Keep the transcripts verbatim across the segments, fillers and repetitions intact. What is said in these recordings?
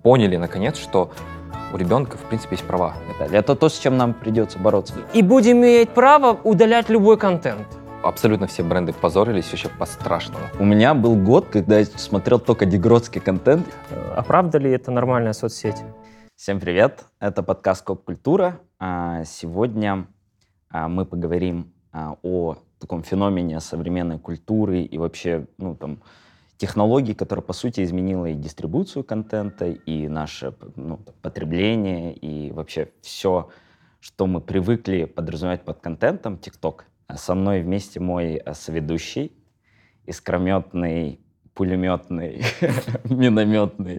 поняли, наконец, что у ребенка, в принципе, есть права. Это, это то, с чем нам придется бороться. И будем иметь право удалять любой контент. Абсолютно все бренды позорились еще по-страшному. У меня был год, когда я смотрел только дегродский контент. А правда ли это нормальная соцсеть? Всем привет, это подкаст «Коп-культура». Сегодня мы поговорим о таком феномене современной культуры и вообще, ну, там, технологий, которая, по сути, изменила и дистрибуцию контента, и наше, ну, потребление, и вообще все, что мы привыкли подразумевать под контентом, ТикТок. Со мной вместе мой соведущий, искрометный, пулеметный, минометный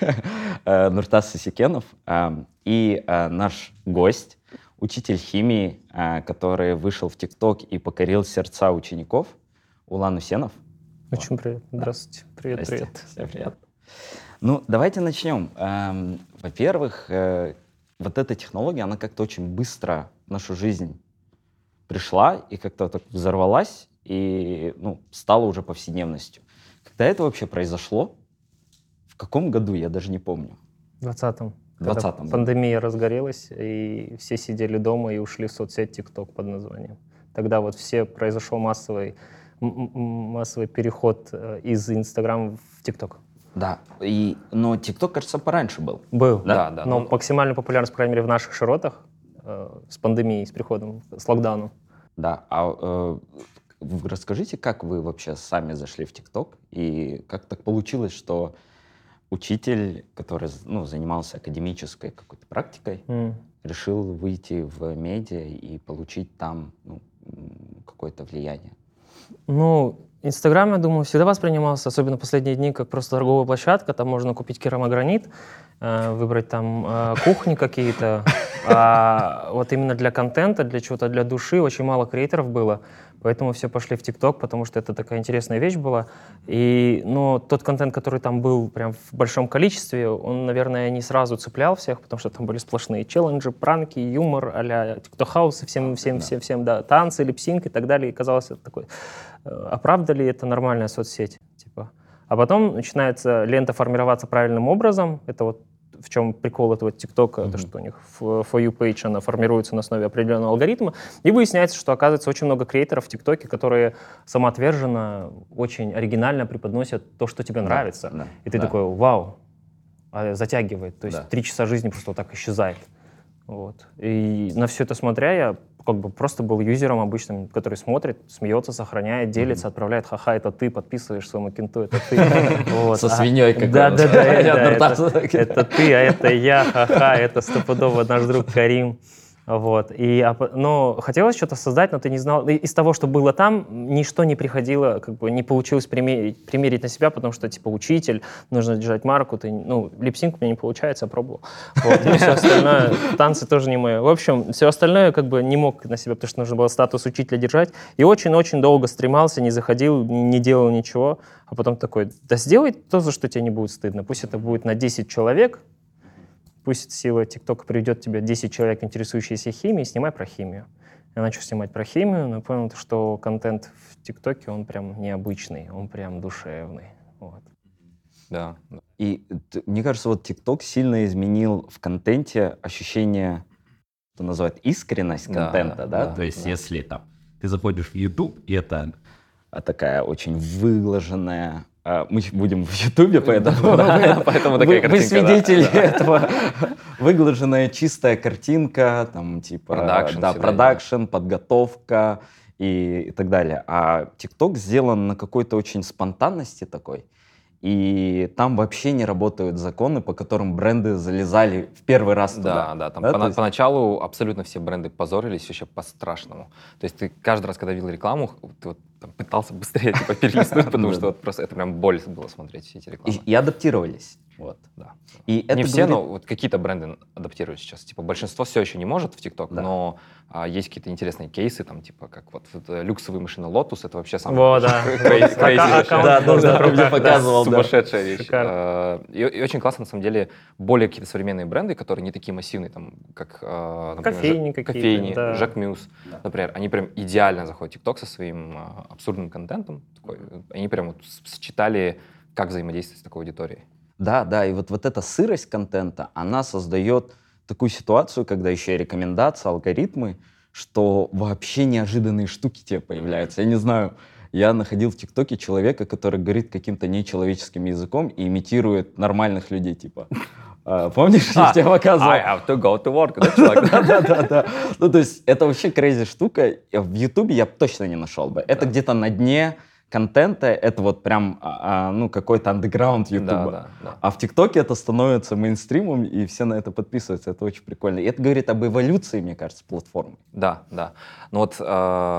Нуртас Сисекенов, и наш гость, учитель химии, который вышел в ТикТок и покорил сердца учеников, Улан Усенов. Очень приятно. Здравствуйте. Привет, Здрасте. привет. Всем привет. Ну, давайте начнем. Эм, во-первых, э, вот эта технология, она как-то очень быстро в нашу жизнь пришла и как-то так взорвалась и, ну, стала уже повседневностью. Когда это вообще произошло? В каком году? Я даже не помню. В двадцатом. В двадцатом. Пандемия разгорелась, и все сидели дома и ушли в соцсеть ТикТок под названием. Тогда вот все произошел массовый массовый переход из Инстаграма в ТикТок. Да, и, но ТикТок, кажется, пораньше был. Был, да. да но ну, максимальную популярность, по крайней мере, в наших широтах э, с пандемией, с приходом, с локдауном. Да, а э, расскажите, как вы вообще сами зашли в ТикТок, и как так получилось, что учитель, который, ну, занимался академической какой-то практикой, mm. решил выйти в медиа и получить там, ну, какое-то влияние? Ну, Инстаграм, я думаю, всегда воспринимался, особенно в последние дни, как просто торговая площадка. Там можно купить керамогранит, э, выбрать там э, кухни какие-то. А вот именно для контента, для чего-то, для души очень мало креаторов было. Поэтому все пошли в ТикТок, потому что это такая интересная вещь была. И, но тот контент, который там был прям в большом количестве, он, наверное, не сразу цеплял всех, потому что там были сплошные челленджи, пранки, юмор а-ля TikTok House, всем, всем, всем, всем, да, танцы, липсинг и так далее. И казалось, это такой, а правда ли это нормальная соцсеть? Типа. А потом начинается лента формироваться правильным образом. Это вот в чем прикол этого ТикТока, mm-hmm. то, что у них For You page, она формируется на основе определенного алгоритма, и выясняется, что, оказывается, очень много креаторов в ТикТоке, которые самоотверженно, очень оригинально преподносят то, что тебе да, нравится. Да, и ты да. такой, вау, затягивает. То есть да. три часа жизни просто вот так исчезает. Вот. И на все это смотря, я как бы просто был юзером обычным, который смотрит, смеется, сохраняет, делится, mm-hmm. отправляет, ха-ха, это ты, подписываешь своему кенту, это ты. Со свиньей какой-то. Да-да-да, это ты, а это я, ха-ха, это стопудово наш друг Карим. Вот. И, но хотелось что-то создать, но ты не знал. Из того, что было там, ничто не приходило, как бы не получилось примерить, примерить на себя, потому что, типа, учитель, нужно держать марку. Ты, ну, липсинг у меня не получается, я пробовал. Вот. И все остальное, танцы тоже не мои. В общем, все остальное как бы не мог на себя, потому что нужно было статус учителя держать. И очень-очень долго стремался, не заходил, не делал ничего. А потом такой, да сделай то, за что тебе не будет стыдно. Пусть это будет на десять человек, пусть сила ТикТока приведет тебя десять человек, интересующиеся химией, снимай про химию. Я начал снимать про химию, но понял, что контент в ТикТоке, он прям необычный, он прям душевный. Вот. Да. И мне кажется, вот ТикТок сильно изменил в контенте ощущение, что называют искренность контента, да? да? да? То есть да. если там ты заходишь в YouTube, и это... А такая очень выглаженная... Мы будем в Ютубе, поэтому, да, поэтому такая вы, картинка. Вы свидетели да, этого. Выглаженная чистая картинка, там типа продакшн, да, продакшн, подготовка и, и так далее. А ТикТок сделан на какой-то очень спонтанности такой. И там вообще не работают законы, по которым бренды залезали в первый раз туда. Да, да, там да, по- есть... поначалу абсолютно все бренды позорились еще по-страшному. То есть ты каждый раз, когда видел рекламу, ты вот там пытался быстрее типа перелистнуть, потому что вот просто это прям боль было смотреть все эти рекламы. И адаптировались. Вот, да. И не это все, говорит... но вот какие-то бренды адаптируют сейчас. Типа большинство все еще не может в ТикТок, да. но а, есть какие-то интересные кейсы, там типа как вот это, люксовые машины Lotus, это вообще самый Во, да. Да, нужно показывал. Сумасшедшая вещь. И очень классно, на самом деле, более какие-то современные бренды, которые не такие массивные, там, как, кофейни какие-то. Жак Мюс, например, они прям идеально заходят в ТикТок со своим абсурдным контентом. Они прям сочетали, как взаимодействовать с такой аудиторией. Да, да, и вот, вот эта сырость контента, она создает такую ситуацию, когда еще и рекомендации, алгоритмы, что вообще неожиданные штуки тебе появляются. Я не знаю, я находил в ТикТоке человека, который говорит каким-то нечеловеческим языком и имитирует нормальных людей, типа. А, помнишь, я тебе показывал? I have to go to work. Да, чувак? Да-да-да. Ну, то есть это вообще crazy штука. В Ютубе я точно не нашел бы. Это где-то на дне контента, это вот прям, а, ну, какой-то андеграунд Ютуба. Да, да, да. А в ТикТоке это становится мейнстримом, и все на это подписываются. Это очень прикольно. И это говорит об эволюции, мне кажется, платформы. Да, да. Но вот э,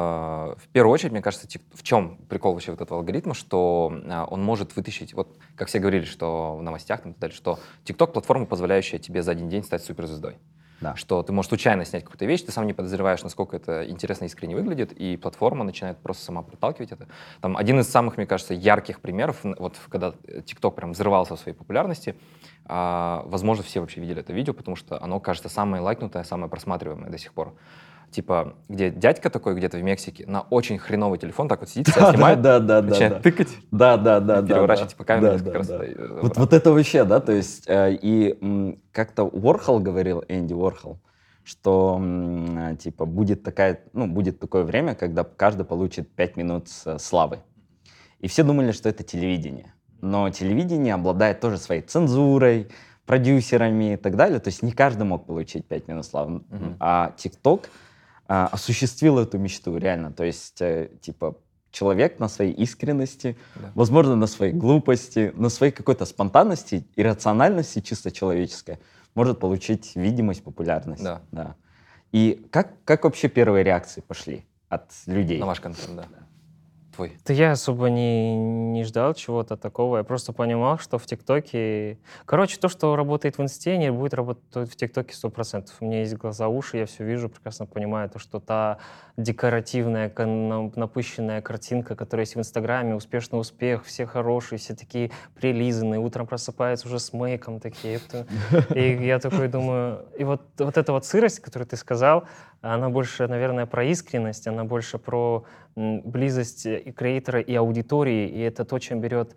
в первую очередь, мне кажется, тик- в чем прикол вообще вот этого алгоритма, что э, он может вытащить, вот как все говорили, что в новостях там, и так далее, что TikTok — платформа, позволяющая тебе за один день стать суперзвездой. Да. Что ты можешь случайно снять какую-то вещь, ты сам не подозреваешь, насколько это интересно и искренне выглядит, и платформа начинает просто сама проталкивать это. Там один из самых, мне кажется, ярких примеров, вот когда TikTok прям взрывался в своей популярности, а, возможно, все вообще видели это видео, потому что оно, кажется, самое лайкнутое, самое просматриваемое до сих пор. Типа, где дядька такой где-то в Мексике на очень хреновый телефон так вот сидит, себя снимает, да, да, да, начинает да. тыкать, Да, да, да, да. переворачивать да. по камере Да, несколько да, раз. да. э, Вот, вот это вообще, да, то есть э, и м, как-то Уорхол говорил, Энди Уорхол, что м, типа будет такая, ну, будет такое время, когда каждый получит пять минут с- славы. И все думали, что это телевидение. Но телевидение обладает тоже своей цензурой, продюсерами и так далее. То есть не каждый мог получить пять минут славы. Мгм. А TikTok а, осуществил эту мечту, реально. То есть, э, типа, человек на своей искренности, Да. возможно, на своей глупости, на своей какой-то спонтанности, иррациональности чисто человеческой может получить видимость, популярность. Да. Да. И как, как вообще первые реакции пошли от людей? На ваш контент, да. Твой. Да я особо не, не ждал чего-то такого. Я просто понимал, что в ТикТоке... Короче, то, что работает в Инсте, не будет работать в ТикТоке сто процентов. У меня есть глаза, уши, я все вижу, прекрасно понимаю, то, что та декоративная, кон- напыщенная картинка, которая есть в Инстаграме, успешный успех, все хорошие, все такие прилизанные, утром просыпаются уже с мейком такие. Это- И я такой думаю... И вот, вот эта вот сырость, которую ты сказал, она больше, наверное, про искренность, она больше про м, близость и креатора, и аудитории, и это то, чем берет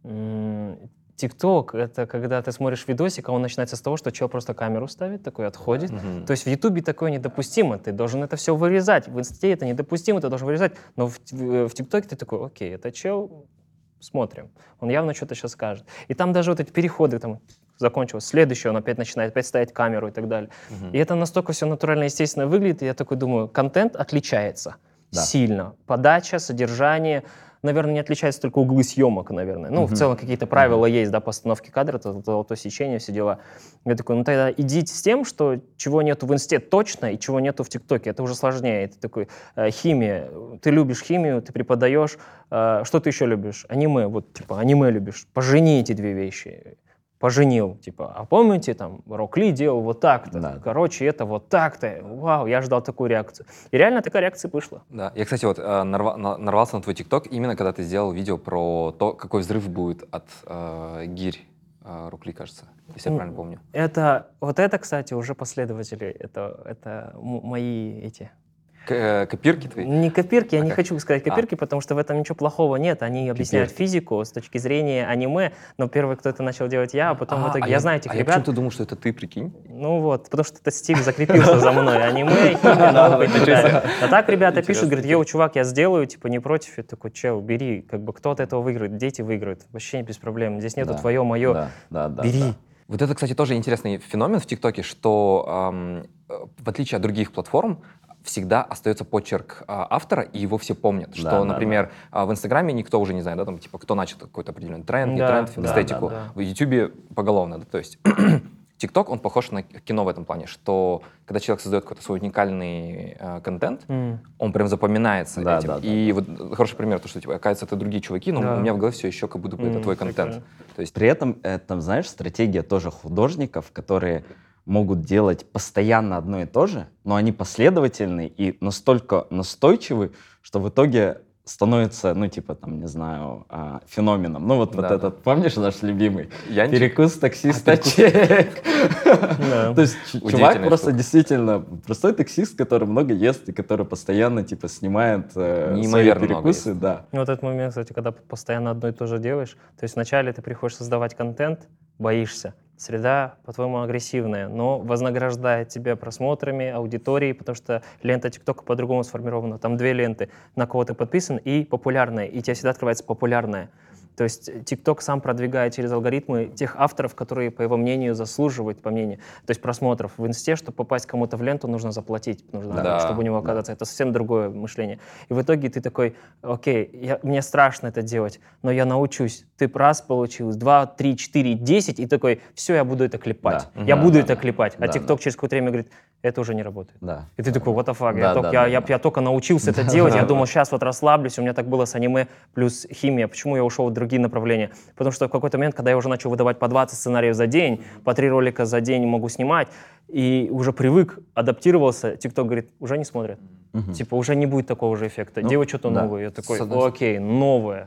ТикТок. Это когда ты смотришь видосик, а он начинается с того, что человек просто камеру ставит, такой отходит. Мгм. То есть в Ютубе такое недопустимо, ты должен это все вырезать. В Инсте это недопустимо, ты должен вырезать. Но в, в, в ТикТоке ты такой, окей, это чел, смотрим. Он явно что-то сейчас скажет. И там даже вот эти переходы, там, закончилось, следующее, он опять начинает опять ставить камеру и так далее. Мгм. И это настолько все натурально, естественно выглядит, и я такой думаю, контент отличается Да. сильно. Подача, содержание, наверное, не отличаются только углы съемок, наверное. Ну, в Мгм. целом какие-то правила есть, да, постановки кадра, то, то, то сечение, все дела. Я такой, ну тогда идите с тем, что чего нету в Инсте точно и чего нету в ТикТоке. Это уже сложнее. Это такой э, химия. Ты любишь химию, ты преподаешь. Э, что ты еще любишь? Аниме. Вот, типа, аниме любишь. Пожени эти две вещи. Поженил, типа, а помните, там, Рок Ли делал вот так-то, Да. короче, это вот так-то, вау, я ждал такую реакцию. И реально такая реакция вышла. Да, я, кстати, вот э, нарва- на- нарвался на твой ТикТок именно когда ты сделал видео про то, какой взрыв будет от э, гирь э, Рок Ли, кажется, если я М. правильно помню. Это, вот это, кстати, уже последователи, это, это м- мои эти... К- э, копирки твои? Не копирки, я А не как? хочу сказать копирки, потому что в этом ничего плохого нет. Они объясняют физику с точки зрения аниме, но первый, кто это начал делать, я, а потом в итоге а я знаю этих а я ребят. почему-то думал, что это ты, прикинь. Ну вот, потому что этот стиль закрепился за мной. Аниме, химия, наука и так далее. А так ребята пишут, говорят, йоу, чувак, я сделаю, типа, не против. Я такой, чел, бери, как бы кто от этого выиграет, дети выиграют. Вообще без проблем. Здесь нету Да. твое, мое. Да, да, да, Бери. да. Вот это, кстати, тоже интересный феномен в ТикТоке, что эм, э, в отличие от других платформ, всегда остается почерк а, автора, и его все помнят. Что, Да, да, например, а, в Инстаграме никто уже не знает, да, там, типа, кто начал какой-то определенный тренд, не Да, тренд, да, эстетику. да, да. В Ютубе поголовно, да, то есть ТикТок, он похож на кино в этом плане, что когда человек создает какой-то свой уникальный э, контент, М. он прям запоминается Да, этим. да, да, и вот хороший пример, то, что, типа, оказывается, это другие чуваки, но Да. у меня в голове все еще как будто бы это М, твой контент. прикольно. То есть, При этом, это, знаешь, стратегия тоже художников, которые могут делать постоянно одно и то же, но они последовательны и настолько настойчивы, что в итоге становится, ну, типа, там, не знаю, а, феноменом. Ну, вот, вот Да, этот, помнишь, наш любимый? Янчик? Перекус таксиста А, перекус. чек. Да. То есть ч- чувак Удивительная просто штука. действительно простой таксист, который много ест и который постоянно, типа, снимает э, свои Неимоверно много перекусы. ест. Да. Ну, вот этот момент, кстати, когда постоянно одно и то же делаешь. То есть вначале ты приходишь создавать контент, боишься. Среда, по-твоему, агрессивная, но вознаграждает тебя просмотрами, аудиторией, потому что лента ТикТока по-другому сформирована. Там две ленты, на кого ты подписан, и популярная, и тебе всегда открывается популярная. То есть ТикТок сам продвигает через алгоритмы тех авторов, которые, по его мнению, заслуживают, по мнению, то есть просмотров. В Инсте, чтобы попасть кому-то в ленту, нужно заплатить, нужно, Да, чтобы у него оказаться. да. Это совсем другое мышление. И в итоге ты такой, окей, я, мне страшно это делать, но я научусь. Ты раз получилось, два, три, четыре, десять, и такой, все, я буду это клепать. Да. Я Да, буду да, это да. клепать. А Да, ТикТок да. через какое-то время говорит, это уже не работает. Да. И ты такой, what the fuck, Да, я, да, только, да, я, я, да. я только научился это делать, я думал, сейчас вот расслаблюсь, у меня так было с аниме плюс химия. Почему я ушел в другие направления? Потому что в какой-то момент, когда я уже начал выдавать по двадцать сценариев за день, по три ролика за день могу снимать, и уже привык, адаптировался, ТикТок говорит, уже не смотрят. Мгм. Типа уже не будет такого же эффекта. Ну, Делай что-то да. новое. Я такой, С одной окей, новое,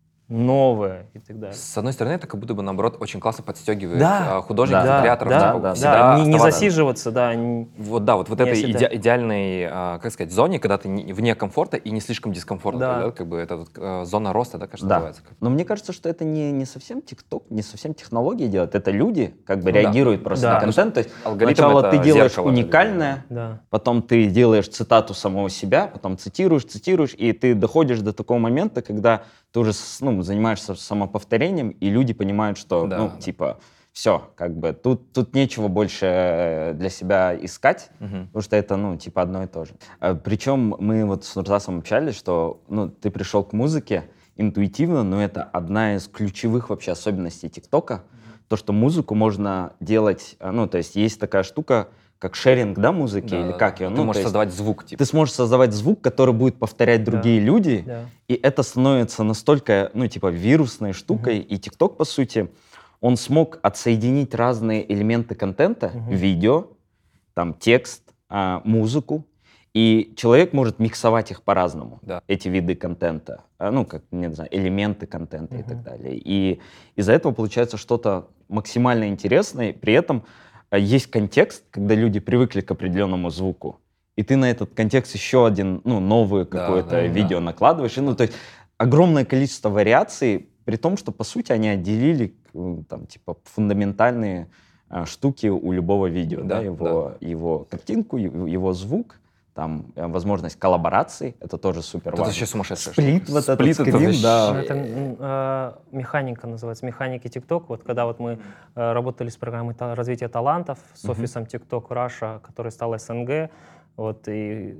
новое и так далее. С одной стороны, это как будто бы, наоборот, очень классно подстегивает Да, а, художников, да, креаторов, да, типа, да, всегда да, не, не оставаться- засиживаться, да. не- Вот, да, вот в Не этой оседать. иде- идеальной, а, как сказать, зоне, когда ты не- вне комфорта и не слишком дискомфортно, Да. да, как бы это вот, э, зона роста, да, кажется, Да. называется. Но мне кажется, что это не, не совсем ТикТок, не совсем технологии делают. Это люди как бы Ну да. реагируют просто Да. на контент. То есть Алгоритм сначала это ты делаешь зеркало, уникальное, Да. потом ты делаешь цитату самого себя, потом цитируешь, цитируешь, и ты доходишь до такого момента, когда ты уже с- ну, занимаешься самоповторением, и люди понимают, что, Да, ну, да. типа, все, как бы, тут, тут нечего больше э, для себя искать, Мгм. потому что это, ну, типа, одно и то же. А, Причем мы вот с Нурзасом общались, что, ну, ты пришел к музыке интуитивно, но это одна из ключевых вообще особенностей ТикТока, то, что музыку можно делать, а, ну, то есть есть такая штука, как шеринг, да, музыки, Да, или да, как да. ее? Ты Ну, можешь то есть создавать звук, типа. ты сможешь создавать звук, который будет повторять Да. другие люди, Да. и это становится настолько, ну, типа, вирусной штукой, и ТикТок, по сути, он смог отсоединить разные элементы контента, Мгм. видео, там, текст, а, музыку, и человек может миксовать их по-разному, Да. эти виды контента, а, ну, как, не знаю, элементы контента и Мгм. так далее. И из-за этого получается что-то максимально интересное, при этом а, есть контекст, когда люди привыкли к определенному звуку, и ты на этот контекст еще один, ну, новое Да, какое-то да, видео да. накладываешь. И, ну, то есть огромное количество вариаций, при том, что, по сути, они отделили, э, там, типа, фундаментальные а, штуки у любого видео, да, Да, его, его картинку, его, его звук, там, э, возможность коллаборации, это тоже супер Это важно. вообще сумасшедшая Сплит, штука. вот этот Сплит это скрин, вообще- да. Ну, это м, э, механика называется, механики TikTok. Вот когда вот мы э, работали с программой та- развития талантов с Мгм. офисом TikTok Russia, который стал эс эн гэ, вот, и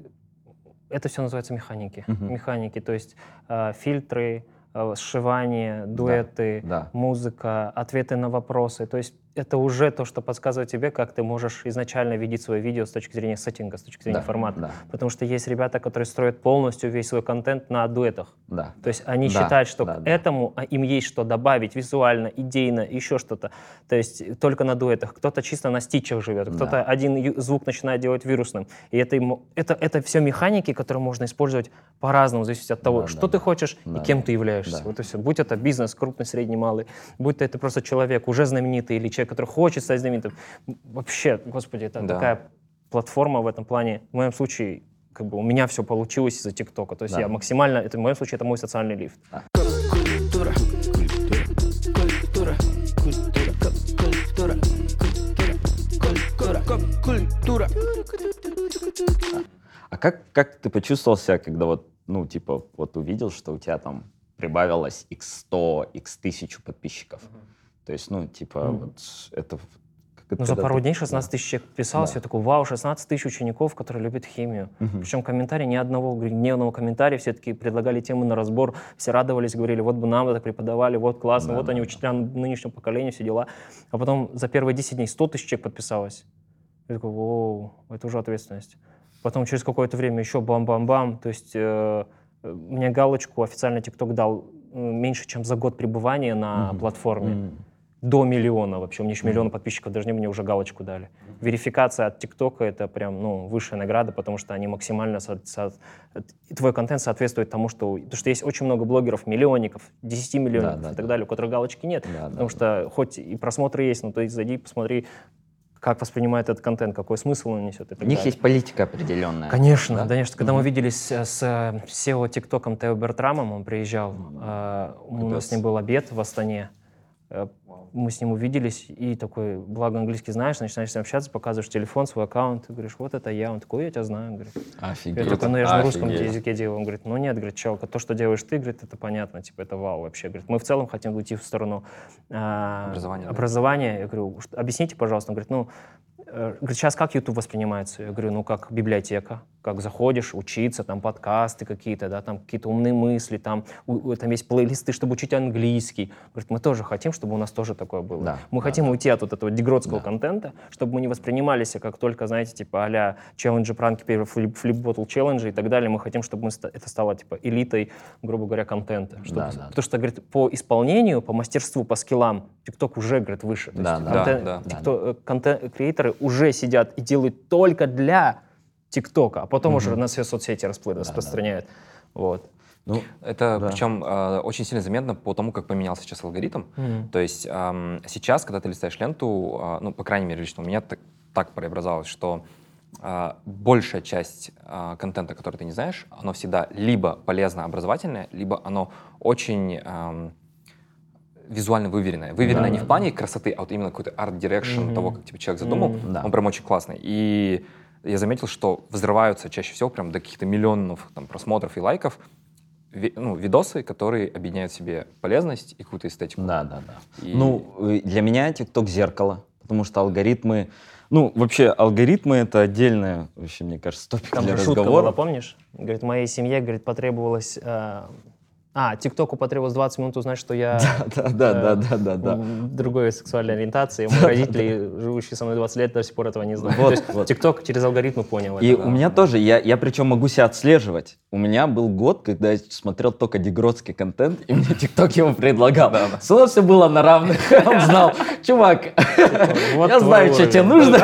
это все называется механики. Мгм. Механики, то есть э, фильтры, э, сшивание, дуэты, Да. музыка, ответы на вопросы. То есть это уже то, что подсказывает тебе, как ты можешь изначально видеть свое видео с точки зрения сеттинга, с точки зрения Да, формата. да. Потому что есть ребята, которые строят полностью весь свой контент на дуэтах. Да. То есть они Да, считают, что да, к да. этому а, им есть что добавить визуально, идейно, еще что-то. То есть только на дуэтах. Кто-то чисто на стичах живет, кто-то Да. один ю- звук начинает делать вирусным. И это, ему, это, это все механики, которые можно использовать по-разному, в зависимости от того, Да, что да, ты да. хочешь Да, и кем да. ты являешься. Да. Вот и все. Будь это бизнес, крупный, средний, малый, будь то это просто человек уже знаменитый или человек, который хочет стать знаменитым. Вообще, господи, это Да. такая платформа в этом плане. В моем случае, как бы у меня все получилось из-за ТикТока. То есть Да. я максимально, это в моем случае это мой социальный лифт. Культура, культура, культура, культура, культура, культура, культура. А как, как ты почувствовал себя, когда вот, ну, типа, вот увидел, что у тебя там прибавилось икс сто, икс тысячу подписчиков? То есть, ну, типа, Мгм. вот это... как Ну, это за когда пару ты- дней шестнадцать тысяч человек подписалось, Да. я такой, вау, шестнадцать тысяч учеников, которые любят химию. Мгм. Причем комментарий ни одного гневного комментария, все таки предлагали темы на разбор, все радовались, говорили, вот бы нам так преподавали, вот классно, Да, вот да, они да. учителя нынешнего поколения, все дела. А потом за первые десять дней сто тысяч человек подписалось. Я такой, воу, это уже ответственность. Потом через какое-то время еще бам-бам-бам, то есть э, мне галочку официально TikTok дал э, меньше, чем за год пребывания на Мгм. платформе. М. До миллиона вообще. У меня еще миллиона подписчиков, даже не мне уже галочку дали. Верификация от ТикТока — это прям, ну, высшая награда, потому что они максимально... со- со- и твой контент соответствует тому, что... Потому что есть очень много блогеров, миллионников, десяти миллионников Да, да, и так да. далее, у которых галочки нет. Да, да, потому да. что хоть и просмотры есть, но ты зайди, посмотри, как воспринимает этот контент, какой смысл он несет и так У них далее. есть политика определенная. Конечно, да? конечно. Когда Мгм. мы виделись э, с э, сео ТикТоком Тео Бертрамом, он приезжал, э, у нас Капец. с ним был обед в Астане. Э, Мы с ним увиделись, и такой, благо английский знаешь, начинаешь с ним общаться, показываешь телефон, свой аккаунт, и говоришь, вот это я. Он такой, я тебя знаю. Говорит. Офигеть. Я такой, ну я же на русском Офигеть. языке делаю. Он говорит, ну нет, говорит, челка, то, что делаешь ты, говорит, это понятно, типа это вау вообще. Говорит, мы в целом хотим уйти в сторону а, Образования, да. образования. Я говорю, «Что- объясните, пожалуйста. Он говорит, ну, э, говорит, сейчас как YouTube воспринимается? Я говорю, ну как библиотека, как заходишь, учиться, там подкасты какие-то, да, там какие-то умные мысли, там, у- у- там есть плейлисты, чтобы учить английский. Говорит, мы тоже хотим, чтобы у нас тоже такое было. Да, Мы да, хотим да. уйти от вот этого дегродского Да. контента, чтобы мы не воспринимались как только, знаете, типа а-ля челленджи, пранки, флип, флип-ботл челленджи и так далее. Мы хотим, чтобы мы ста- это стало типа элитой, грубо говоря, контента. Чтобы- Да, да. Потому что, говорит, по исполнению, по мастерству, по скиллам TikTok уже, говорит, выше. То Да, есть да, контент- да, да. TikTok- э, контент-креаторы уже сидят и делают только для ТикТока, а потом уже на все соцсети расплы- распространяют. Вот. Ну, Это Да. причем э, очень сильно заметно по тому, как поменялся сейчас алгоритм. Мгм. То есть эм, сейчас, когда ты листаешь ленту, э, ну, по крайней мере, лично у меня так, так преобразовалось, что э, большая часть э, контента, который ты не знаешь, оно всегда либо полезно, образовательное, либо оно очень эм, визуально выверенное. Выверенное Да, не да, в плане красоты, а вот именно какой-то арт-дирекшн Мгм. того, как типа, человек задумал. Мгм. Да. Он прям очень классный. И я заметил, что взрываются чаще всего прям до каких-то миллионов там, просмотров и лайков ви- ну, видосы, которые объединяют в себе полезность и какую-то эстетику. да, да, да. И- Ну, э, для меня TikTok зеркало, потому что алгоритмы, ну, вообще алгоритмы это отдельная, вообще, мне кажется, топик Там для же шутка разговора. была, помнишь? Говорит, моей семье, говорит, потребовалось... э, А, ТикТоку потребовалось двадцать минут узнать, что я Да, да, да, э, да, да, да. м, другой сексуальной ориентации. Мои родители, живущие со мной двадцать лет, до сих пор этого не знают. Вот, То есть вот. ТикТок через алгоритмы понял И это. у меня тоже, я, я причем могу себя отслеживать. У меня был год, когда я смотрел только дегродский контент, и мне ТикТок его предлагал. С ним все было на равных. Он знал, чувак, Вот я твой знаю, что уровень. тебе нужно.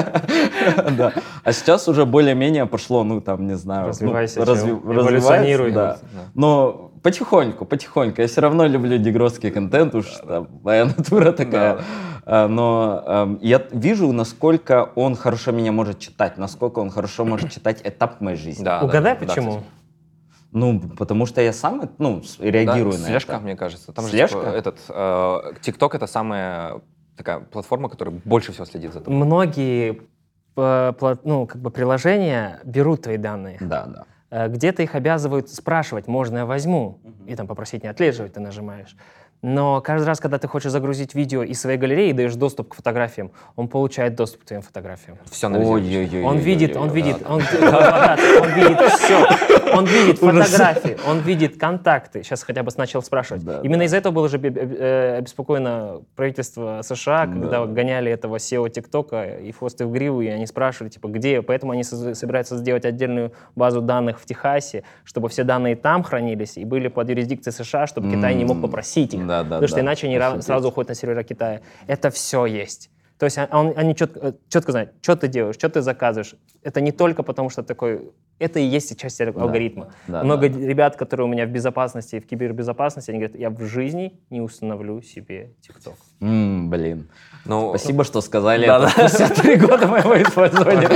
Да. А сейчас уже более-менее пошло, ну там, не знаю, ну, Развивайся, разви- чел. развивается, Эволюционируй. да. Да. Но потихоньку, потихоньку. Я все равно люблю дегродский контент, уж там моя натура такая. А, Но эм, я вижу, насколько он хорошо меня может читать, насколько он хорошо может читать этап моей жизни. Да, да, Угадай, да, почему? кстати. Ну, потому что я сам ну, с- реагирую Да, на слежка, это. мне кажется. Там же, Слежка? типа, этот, э, TikTok — это самая такая платформа, которая больше всего следит за тобой. Многие э, пла- ну, как бы приложения берут твои данные. Да, да. Э, Где-то их обязывают спрашивать, можно я возьму, и там попросить не отслеживать, ты нажимаешь. Но каждый раз, когда ты хочешь загрузить видео из своей галереи и даешь доступ к фотографиям, он получает доступ к твоим фотографиям. Все анализируется. Ой-ой-ой. Он видит, он видит, он, он видит все. Он видит фотографии, он видит контакты. Сейчас хотя бы начал спрашивать. Да, Именно из-за этого было же бе- бе- э, обеспокоено правительство США, когда гоняли этого сео ТикТока и хвосты в гриву, и они спрашивали, типа, где. Поэтому они соз- собираются сделать отдельную базу данных в Техасе, чтобы все данные там хранились и были под юрисдикцией США, чтобы Китай не мог попросить их. Да, да, Потому что да. иначе они ра- Офигеть. сразу уходят на сервера Китая. Это все есть. То есть он- они четко, четко знают, что ты делаешь, что ты заказываешь. Это не только потому, что такой... Это и есть часть алгоритма. да, Много да. ребят, которые у меня в безопасности, в кибербезопасности, они говорят, я в жизни не установлю себе ТикТок. М, блин. Ну, Спасибо, что сказали Да, это. Спустя три года моего использования.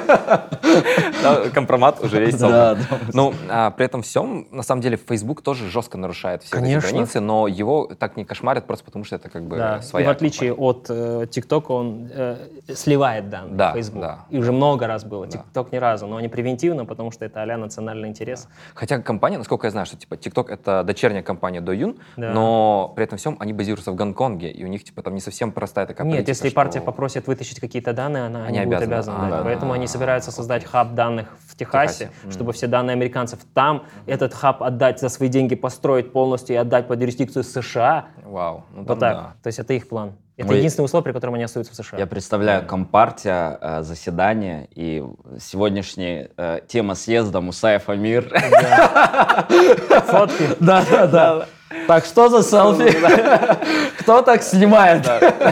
да, компромат уже весь Да, собран. да. Ну, а, при этом всем, на самом деле, Facebook тоже жестко нарушает все эти Конечно. границы, но его так не кошмарят просто потому, что это как бы Да. И своя в отличие компания. от э, ТикТока он э, сливает данные Да, в Facebook. да. И уже много раз было. Да. ТикТок ни разу, но они превентивно, потому что это а-ля национальный интерес. Хотя компания, насколько я знаю, что типа TikTok — это дочерняя компания Douyin, Да. но при этом всем они базируются в Гонконге, и у них типа там не совсем простая такая Нет, политика, если что- партия попросит вытащить какие-то данные, она Они не будет обязаны. обязана А, дать. да, Поэтому да, они да. собираются создать хаб данных в Техасе, Техасе. М. чтобы все данные американцев там, этот хаб отдать за свои деньги, построить полностью и отдать под юрисдикцию США. Вау, ну Вот там так. да. То есть это их план. Это Мы- единственное условие, при котором они остаются в США. Я представляю компартия, э, заседание и сегодняшняя э, тема съезда Мусаев Амир. Фотки. Да, да, да. Так, что за селфи? Кто так снимает?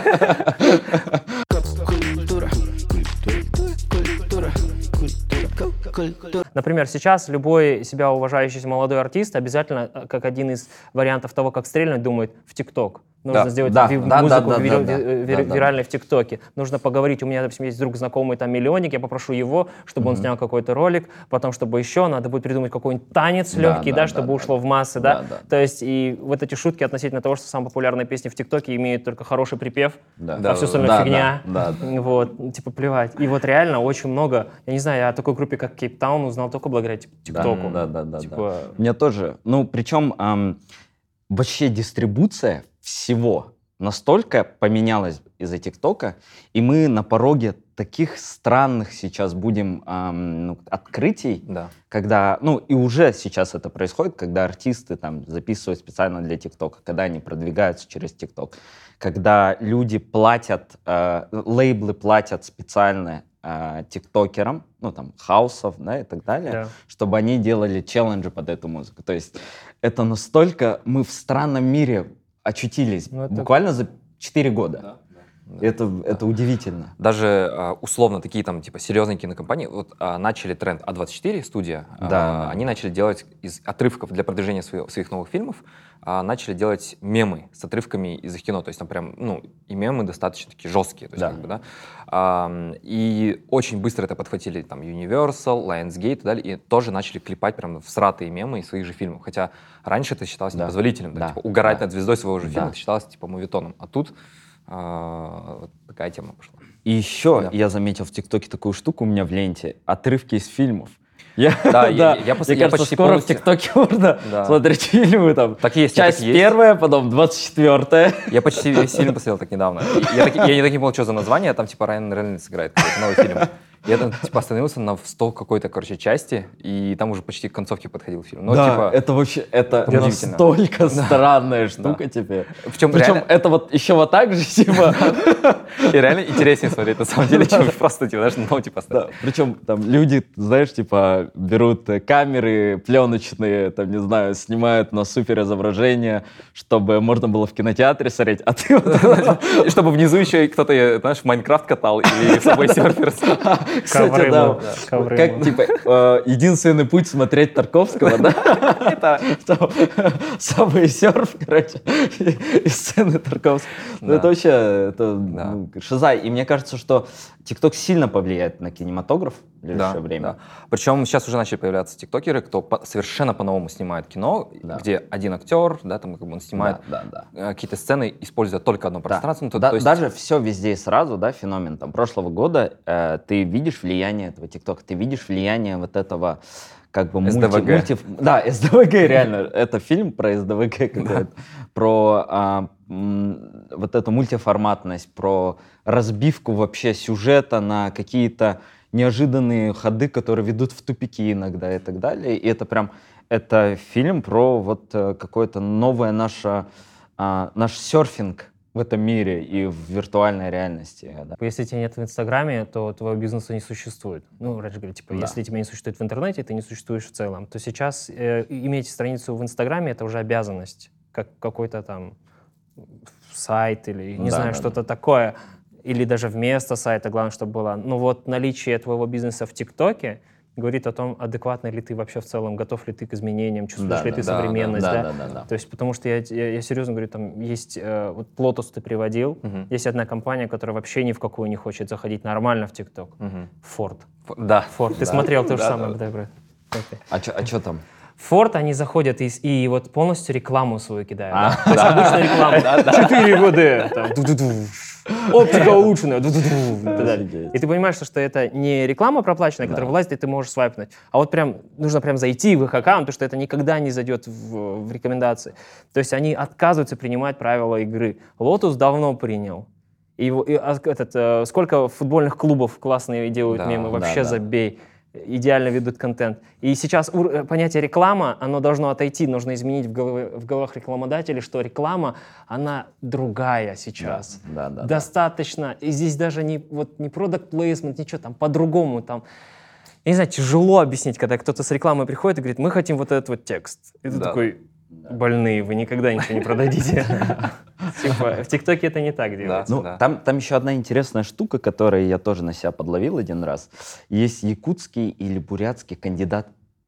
Культура. Культура. Культура. Культура. Например, сейчас любой себя уважающий молодой артист обязательно, э, как один из вариантов того, как стрельнуть, думает в ТикТок. Нужно Да, сделать да, ви- да, музыку да, да, вири- да, ви- да, да. виральной в ТикТоке. Нужно поговорить. У меня, допустим, есть друг знакомый, там, миллионник, я попрошу его, чтобы он Мгм. снял какой-то ролик, потом, чтобы еще, надо будет придумать какой-нибудь танец Да, легкий, да, да, чтобы да, ушло да. в массы, да? Да, да. То есть и вот эти шутки относительно того, что самые популярные песни в ТикТоке имеют только хороший припев, Да. Да, а все остальное да, фигня. да, да. Вот, ну, типа, плевать. И вот реально очень много, я не знаю, я о такой группе, как Кейптаун, узнал только благодаря тип- ТикТоку. Да, да, да, Типа, да. У меня тоже. Ну, причем ам, вообще дистрибуция всего настолько поменялась из-за ТикТока, и мы на пороге таких странных сейчас будем ам, ну, открытий, Да. когда, ну, и уже сейчас это происходит, когда артисты там записывают специально для ТикТока, когда они продвигаются через ТикТок, когда люди платят, э, лейблы платят специально э, тиктокерам, ну, там, хаусов, да, и так далее, да. чтобы они делали челленджи под эту музыку. То есть это настолько мы в странном мире очутились Ну, это- буквально за четыре года. Да. Это, это удивительно. Даже а, условно такие там типа серьезные кинокомпании вот а, начали тренд а двадцать четыре студия, а, Да. они начали делать из отрывков для продвижения своих, своих новых фильмов, а, начали делать мемы с отрывками из их кино, то есть там прям, ну, и мемы достаточно такие жесткие, то есть, Да. как бы, да. А, и очень быстро это подхватили там Universal, Lionsgate и так далее, и тоже начали клепать прям всратые мемы из своих же фильмов, хотя раньше это считалось Да. непозволительным, да, Да. типа, угорать Да. над звездой своего же фильма, Да. это считалось типа мувитоном, а тут а, вот такая тема пошла. И еще Да. я заметил в ТикТоке такую штуку у меня в ленте. Отрывки из фильмов. Я, Да, я- я пос- Мне я кажется, почти скоро полностью- в ТикТоке можно Да. смотреть фильмы. Там, Так и есть, часть так и есть. первая, потом двадцать четвертая. Я почти весь фильм посмотрел так недавно. И Я, так, я не так не понял, что за название, а там типа Райан Рейнольдс играет, какой-то новый фильм. Я там типа остановился на сто какой-то, короче, части, и там уже почти к концовке подходил фильм. Ну, да, типа, это вообще это удивительно. настолько странная штука теперь. Причем, Причем реально, это вот еще вот так же, типа, и реально интереснее смотреть на самом деле, чем просто, типа, знаешь, ну, типа, да, причем там люди, знаешь, типа берут э, камеры пленочные, там, не знаю, снимают на супер изображение, чтобы можно было в кинотеатре смотреть, а ты вот... И чтобы внизу еще и кто-то, э, знаешь, в Майнкрафт катал или в Subway Surfers. Кстати, Ковры да, был, ковры как, был. типа, э, единственный путь смотреть Тарковского, да, это Subway серф, короче, и, и сцены Тарковского. Ну, Да. это вообще, это Да. ну, шиза. И мне кажется, что ТикТок сильно повлияет на кинематограф в ближайшее время. Да. Причем сейчас уже начали появляться тиктокеры, кто по- совершенно по-новому снимает кино, Да. где один актер, да, там как бы он снимает Да, да, да. э, какие-то сцены, используя только одно Да. пространство. Ну, то- Да, то есть- Даже все везде и сразу, да, феномен там прошлого года, э, ты видишь влияние этого ТикТока, ты видишь влияние вот этого как бы мульти, СДВГ. мульти- да, СДВГ реально, это фильм про СДВГ какой-то, про а, м, вот эту мультиформатность, про разбивку вообще сюжета на какие-то неожиданные ходы, которые ведут в тупики иногда и так далее. И это прям, это фильм про вот э, какое-то новое наше, а, наш серфинг в этом мире и в виртуальной реальности. Да. Если тебя нет в Инстаграме, то твоего бизнеса не существует. Ну, раньше говорили, типа, Да. если тебя не существует в интернете, ты не существуешь в целом. То сейчас э, иметь страницу в Инстаграме — это уже обязанность, как какой-то там сайт или, не Да, знаю, да, что-то такое. Или даже вместо сайта, главное, чтобы было. Но вот наличие твоего бизнеса в ТикТоке говорит о том, адекватный ли ты вообще в целом, готов ли ты к изменениям, чувствуешь Да, ли да, ты да, современность, да, да? да, да, да. То есть, потому что я, я, я серьезно говорю, там есть, э, вот Lotus ты приводил, Мгм. есть одна компания, которая вообще ни в какую не хочет заходить нормально в ТикТок. Мгм. Ford. Ф- Да. Ford. Ты Да. смотрел то же Да, самое, да. да, брат? Это. А что а чё там? Ford, они заходят и, с- и вот полностью рекламу свою кидают. А, да? То есть обычную рекламу. четыре ВД. там, ду-ду-ду, Оптика улучшенная. ду-ду-ду, и так далее. Офигеть. И ты понимаешь, что это не реклама проплаченная, которая Да. вылазит, и ты можешь свайпнуть. А вот прям нужно прям зайти в их аккаунт, потому что это никогда не зайдет в, в рекомендации. То есть они отказываются принимать правила игры. Lotus давно принял. И, его- и, а, этот, э, сколько футбольных клубов классные делают Да, мемы, да, вообще да. забей. Идеально ведут контент. И сейчас ур- э, понятие реклама, оно должно отойти, нужно изменить в, голове- в головах рекламодателей, что реклама, она другая сейчас. Да, да, да. Достаточно. И здесь даже не, вот, не product placement, ничего, там по-другому. Там. Я не знаю, тяжело объяснить, когда кто-то с рекламой приходит и говорит, мы хотим вот этот вот текст. И ты Да. такой, больные, вы никогда ничего не продадите. Типа, в ТикТоке это не так делается. Ну, Да. там, там еще одна интересная штука, которую я тоже на себя подловил один раз. Есть якутский или бурятский кандидат в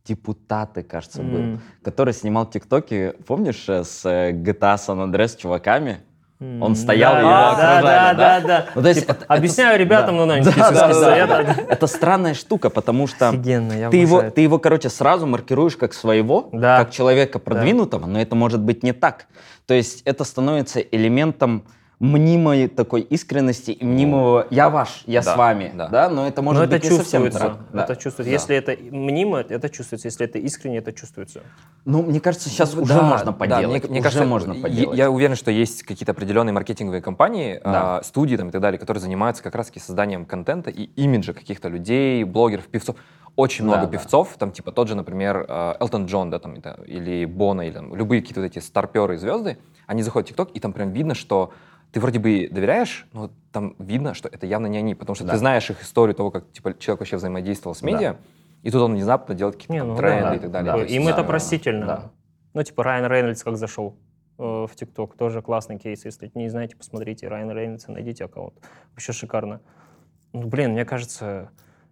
депутаты, кажется, был, М. который снимал тиктоки, помнишь, э, с э, джи ти эй San Andreas с чуваками? М, Он стоял, да, его да, окружали, да, да? да, да. Ну, то есть Типа, это- это объясняю с- ребятам, да. но на Да, да, да, стоят. да. Это странная штука, потому что Офигенно, я ты его, обожаю. ты его, короче, сразу маркируешь как своего, Да. как человека продвинутого, но это может быть не так. То есть это становится элементом мнимой такой искренности и мнимого «я ваш, я Да, с вами», да. да, но это может Но быть это не совсем чувствуется. так. Да. Это чувствуется. Да. Если это мнимо, это чувствуется. Если это искренне, это чувствуется. Ну, мне кажется, сейчас Ну, уже да, можно да, поделать. мне, мне уже кажется, можно я- поделать. Я уверен, что есть какие-то определенные маркетинговые компании, Да. а, студии там, и так далее, которые занимаются как раз-таки созданием контента и имиджа каких-то людей, блогеров, певцов. Очень Да, много да. певцов, там типа тот же, например, э, Элтон Джон, да, там, это, или Бона, или там, любые какие-то вот эти старперы и звезды, они заходят в ТикТок, и там прям видно, что ты вроде бы доверяешь, но там видно, что это явно не они, потому что Да. ты знаешь их историю того, как типа, человек вообще взаимодействовал с медиа, и тут он внезапно делает какие-то Не, там ну тренды да. и так далее. Да. То есть, Им да, это да, простительно. да. Ну, типа Райан Рейнольдс как зашел э, в ТикТок. Тоже классный кейс. Если не знаете, посмотрите Райана Рейнольдса, найдите аккаунт. Вообще шикарно. Ну, блин, мне кажется,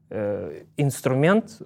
э, инструмент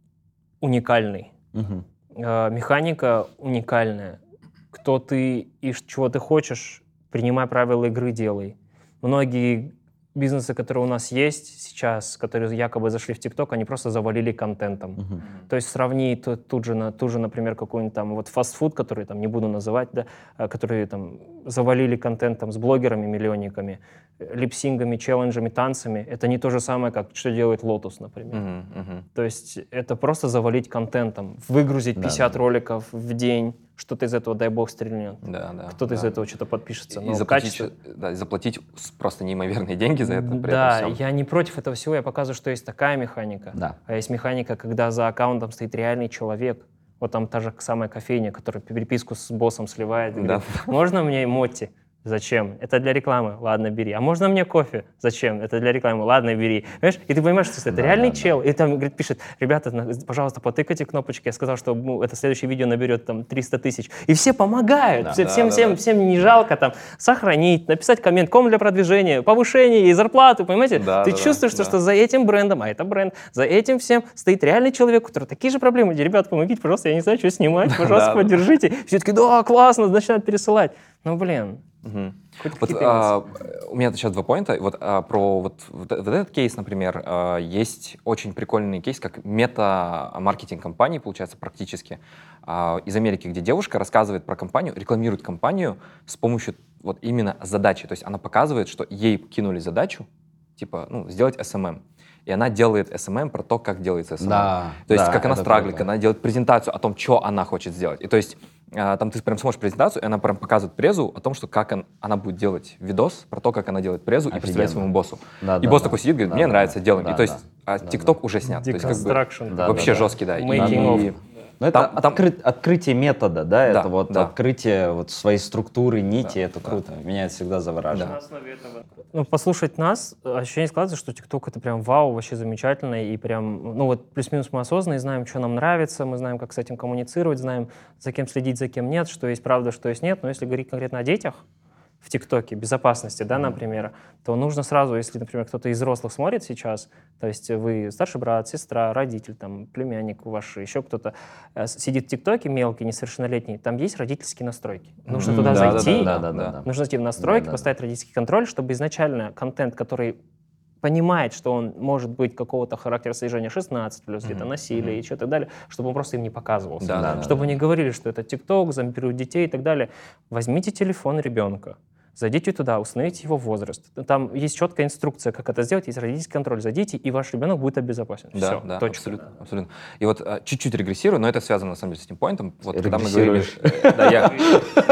уникальный. Мгм. Э, механика уникальная. Кто ты и ш- чего ты хочешь, принимай правила игры, делай. Многие бизнесы, которые у нас есть сейчас, которые якобы зашли в ТикТок, они просто завалили контентом. Мгм. То есть сравни ту- тут же, на, ту же, например, какой-нибудь там вот фастфуд, который там не буду называть, да, а, которые там завалили контентом с блогерами, миллионниками, э, липсингами, челленджами, танцами. Это не то же самое, как что делает Lotus, например. Мгм, мгм. То есть это просто завалить контентом, выгрузить Да, пятьдесят да. роликов в день, что-то из этого, дай бог, стрельнет. Да, да. Кто-то из да. этого что-то подпишется. И Но заплатить, качество... да, и заплатить с- просто неимоверные деньги за это. При Да, этом всем. я не против этого всего, я показываю, что есть такая механика. Да. А есть механика, когда за аккаунтом стоит реальный человек. Вот там та же самая кофейня, которая переписку с боссом сливает. и Да. говорит, можно мне эмоти? Зачем? Это для рекламы. Ладно, бери. А можно мне кофе? Зачем? Это для рекламы. Ладно, бери. Понимаешь? И ты понимаешь, что это Да, реальный да, да. чел. И там говорит, пишет, ребята, на- пожалуйста, потыкайте кнопочки. Я сказал, что ну, это следующее видео наберет там триста тысяч. И все помогают. Да, все, да, всем, да, всем, да. всем не жалко там сохранить, написать коммент, ком для продвижения, повышение и зарплату, понимаете? Да, ты да, да, чувствуешь, что, да. что за этим брендом, а это бренд, за этим всем стоит реальный человек, у которого такие же проблемы. Ребят, помогите, пожалуйста, я не знаю, что снимать, пожалуйста, Да, да. поддержите. Все таки да, классно, начинают пересылать. Ну, блин, Мгм. хоть Вот, какие-то а, у меня сейчас два поинта. Вот а, про вот, вот, вот этот кейс, например, а, есть очень прикольный кейс, как мета-маркетинг компании, получается, практически, а, из Америки, где девушка рассказывает про компанию, рекламирует компанию с помощью вот именно задачи. То есть она показывает, что ей кинули задачу, типа, ну, сделать эс эм эм. И она делает эс эм эм про то, как делается эс эм эм. Да, То есть да, как она это страглит, круто. она делает презентацию о том, что она хочет сделать. И то есть а, там ты прям смотришь презентацию, и она прям показывает презу о том, что как он- она будет делать видос про то, как она делает презу и представляет Офигенно. своему боссу. Да, И да, босс да. такой сидит, говорит, Да, мне да, нравится, да. делаем. Да, И то есть да. а Да, ТикТок да. уже снят. То есть как бы Deconstruction. Да, вообще да, да. жесткий, да. И- Making of. и- Ну, это Там- там- откры- открытие метода, да, Да, это вот да. открытие вот своей структуры, нити, Да, это да. круто. Меня это всегда завораживает. Ну, послушать нас, ощущение складывается, что ТикТок это прям вау, вообще замечательно, и прям, ну вот плюс-минус мы осознанно и знаем, что нам нравится, мы знаем, как с этим коммуницировать, знаем, за кем следить, за кем нет, что есть правда, что есть нет, но если говорить конкретно о детях, в ТикТоке, безопасности, да, например, то нужно сразу, если, например, кто-то из взрослых смотрит сейчас, то есть вы старший брат, сестра, родитель, там, племянник ваш, еще кто-то э, сидит в ТикТоке мелкий, несовершеннолетний, там есть родительские настройки. Нужно Мгм. туда Да, да, зайти, да, да, да, да. нужно зайти в настройки, Да, да, поставить родительский контроль, чтобы изначально контент, который понимает, что он может быть какого-то характера содержания шестнадцать плюс, где-то насилие и что так далее, чтобы он просто им не показывался. Да, да, да, чтобы да. не говорили, что это ТикТок, зомбируют детей и так далее. Возьмите телефон ребенка, зайдите туда, установите его возраст. Там есть четкая инструкция, как это сделать, есть родительский контроль. Зайдите, и ваш ребенок будет обезопасен. Да, Все, да, точка. абсолютно, абсолютно. И вот а, чуть-чуть регрессирую, но это связано на самом деле с этим поинтом. Вот когда мы Регрессируешь. говорили, э, да, я-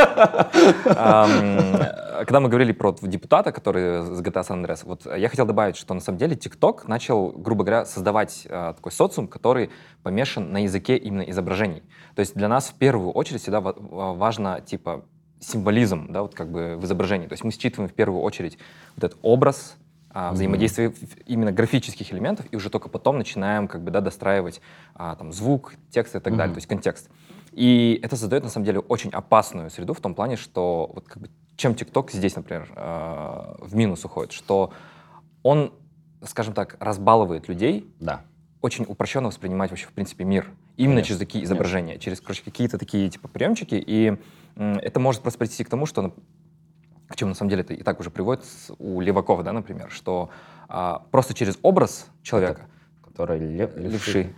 Ам, когда мы говорили про депутата, который с джи ти эй San Andreas, вот я хотел добавить, что на самом деле TikTok начал, грубо говоря, создавать а, такой социум, который помешан на языке именно изображений. То есть для нас в первую очередь всегда ва- ва- важно типа символизм, да, вот как бы в изображении. То есть мы считываем в первую очередь вот этот образ, а, взаимодействие в- именно графических элементов, и уже только потом начинаем как бы, да, достраивать а, там, звук, текст и так далее, то есть контекст. И это создает, на самом деле, очень опасную среду в том плане, что вот, как бы, чем TikTok здесь, например, а, в минус уходит, что он, скажем так, разбаловывает людей, Да. очень упрощенно воспринимать вообще, в принципе, мир. Именно Конечно. через такие изображения, Нет. через, короче, какие-то такие типа приемчики. И м, это может просто прийти к тому, что, ну, к чему на самом деле это и так уже приводит с- у леваков, да, например, что а, просто через образ человека, Который лев- левши,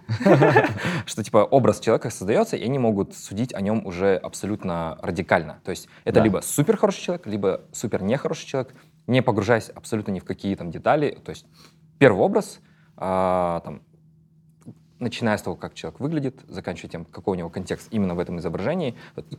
что типа образ человека создается, и они могут судить о нем уже абсолютно радикально. То есть это Да. либо супер хороший человек, либо супер нехороший человек, не погружаясь абсолютно ни в какие там детали. То есть первый образ, а, там, начиная с того, как человек выглядит, заканчивая тем, какой у него контекст именно в этом изображении,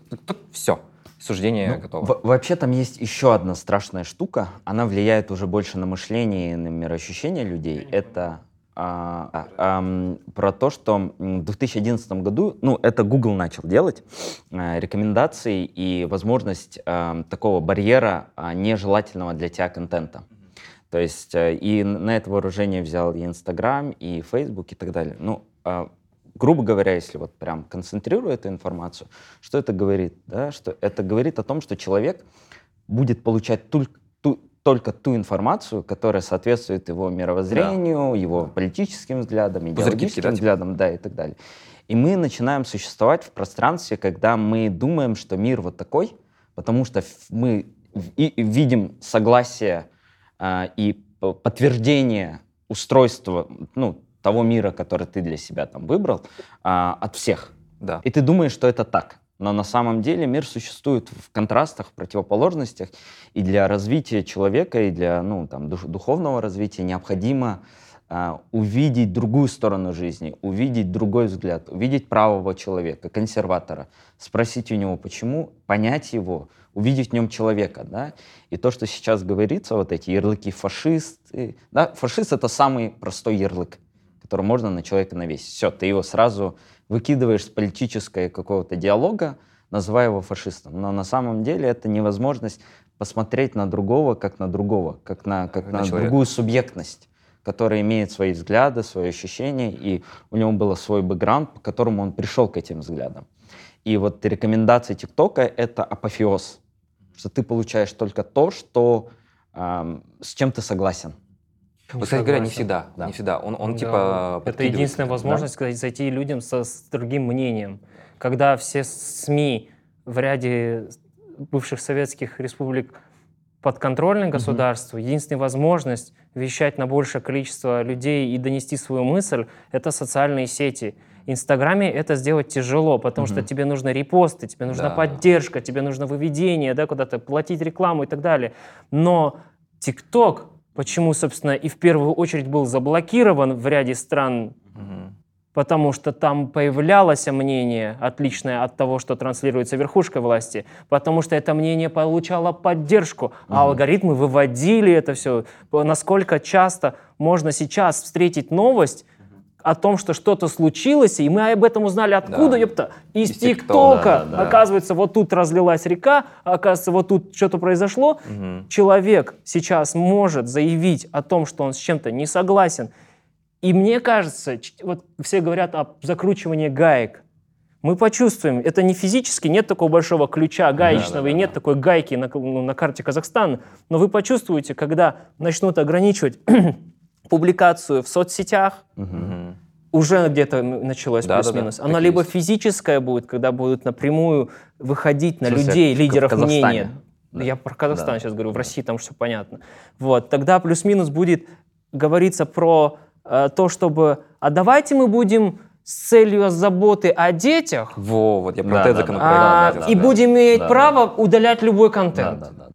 все, суждение Ну, готово. в- вообще там есть еще одна страшная штука. Она влияет уже больше на мышление и на мироощущение людей. Это а, а, ам, про то, что м, в две тысячи одиннадцатом году, ну, это Google начал делать, а, рекомендации и возможность а, такого барьера а, нежелательного для тебя контента. То есть а, и на это вооружение взял и Инстаграм, и Фейсбук, и так далее. Ну, а, грубо говоря, если вот прям концентрируя эту информацию, что это говорит? Да? Что это говорит о том, что человек будет получать туль- ту- только ту информацию, которая соответствует его мировоззрению, его политическим взглядам, Пузырьки идеологическим кидать. взглядам, да, и так далее. И мы начинаем существовать в пространстве, когда мы думаем, что мир вот такой, потому что ф- мы в- и- и видим согласие а, и п- подтверждение устройства, ну, того мира, который ты для себя там выбрал, а, от всех. Да. И ты думаешь, что это так. Но на самом деле мир существует в контрастах, в противоположностях. И для развития человека, и для ну, там, дух- духовного развития необходимо а, увидеть другую сторону жизни, увидеть другой взгляд, увидеть правого человека, консерватора, спросить у него, почему, понять его, увидеть в нем человека. Да? И то, что сейчас говорится, вот эти ярлыки фашист. и- Да? Фашист — это самый простой ярлык, который можно на человека навесить. Все, ты его сразу выкидываешь с политического какого-то диалога, называя его фашистом. Но на самом деле это невозможность посмотреть на другого как на другого, как на, как На на человека. другую субъектность, которая имеет свои взгляды, свои ощущения, и у него был свой бэкграунд, по которому он пришел к этим взглядам. И вот рекомендации ТикТока — это апофеоз, что ты получаешь только то, что, ам, с чем ты согласен. Вот, кстати говоря, не Согласен. всегда, Да. не всегда. Он, он Да, типа это подкидывает. единственная Да. возможность, сказать, зайти людям со, с другим мнением. Когда все СМИ в ряде бывших советских республик подконтрольны государству, единственная возможность вещать на большее количество людей и донести свою мысль — это социальные сети. В Инстаграме это сделать тяжело, потому что тебе нужны репосты, тебе нужна Да. поддержка, тебе нужно выведение, да, куда-то платить рекламу и так далее. Но ТикТок, почему, собственно, и в первую очередь был заблокирован в ряде стран, Мгм. потому что там появлялось мнение, отличное от того, что транслируется верхушкой власти, потому что это мнение получало поддержку, а алгоритмы выводили это все. Насколько часто можно сейчас встретить новость о том, что что-то случилось, и мы об этом узнали откуда, Да. ёпта? Из Из ТикТока, ТикТока. да, да, да. Оказывается, вот тут разлилась река, оказывается, вот тут что-то произошло. Мгм. Человек сейчас может заявить о том, что он с чем-то не согласен. И мне кажется, ч- вот все говорят о закручивании гаек. Мы почувствуем, это не физически, нет такого большого ключа гаечного, и нет такой гайки на, к- ну, на карте Казахстана, но вы почувствуете, когда начнут ограничивать публикацию в соцсетях, Мгм. уже где-то началось Да, да, плюс-минус. да, Оно так и либо есть. физическое будет, когда будут напрямую выходить на В смысле, людей, в лидеров Казахстане? мнения. Да. Я про Казахстан Да. сейчас говорю, в России там все понятно. Вот, тогда плюс-минус будет говориться про э, то, чтобы, а давайте мы будем с целью заботы о детях Во, вот я про Да, вот этот да, да. законопроект. а, хотел и сказать. будем иметь Да, право удалять любой контент. Да, да, да.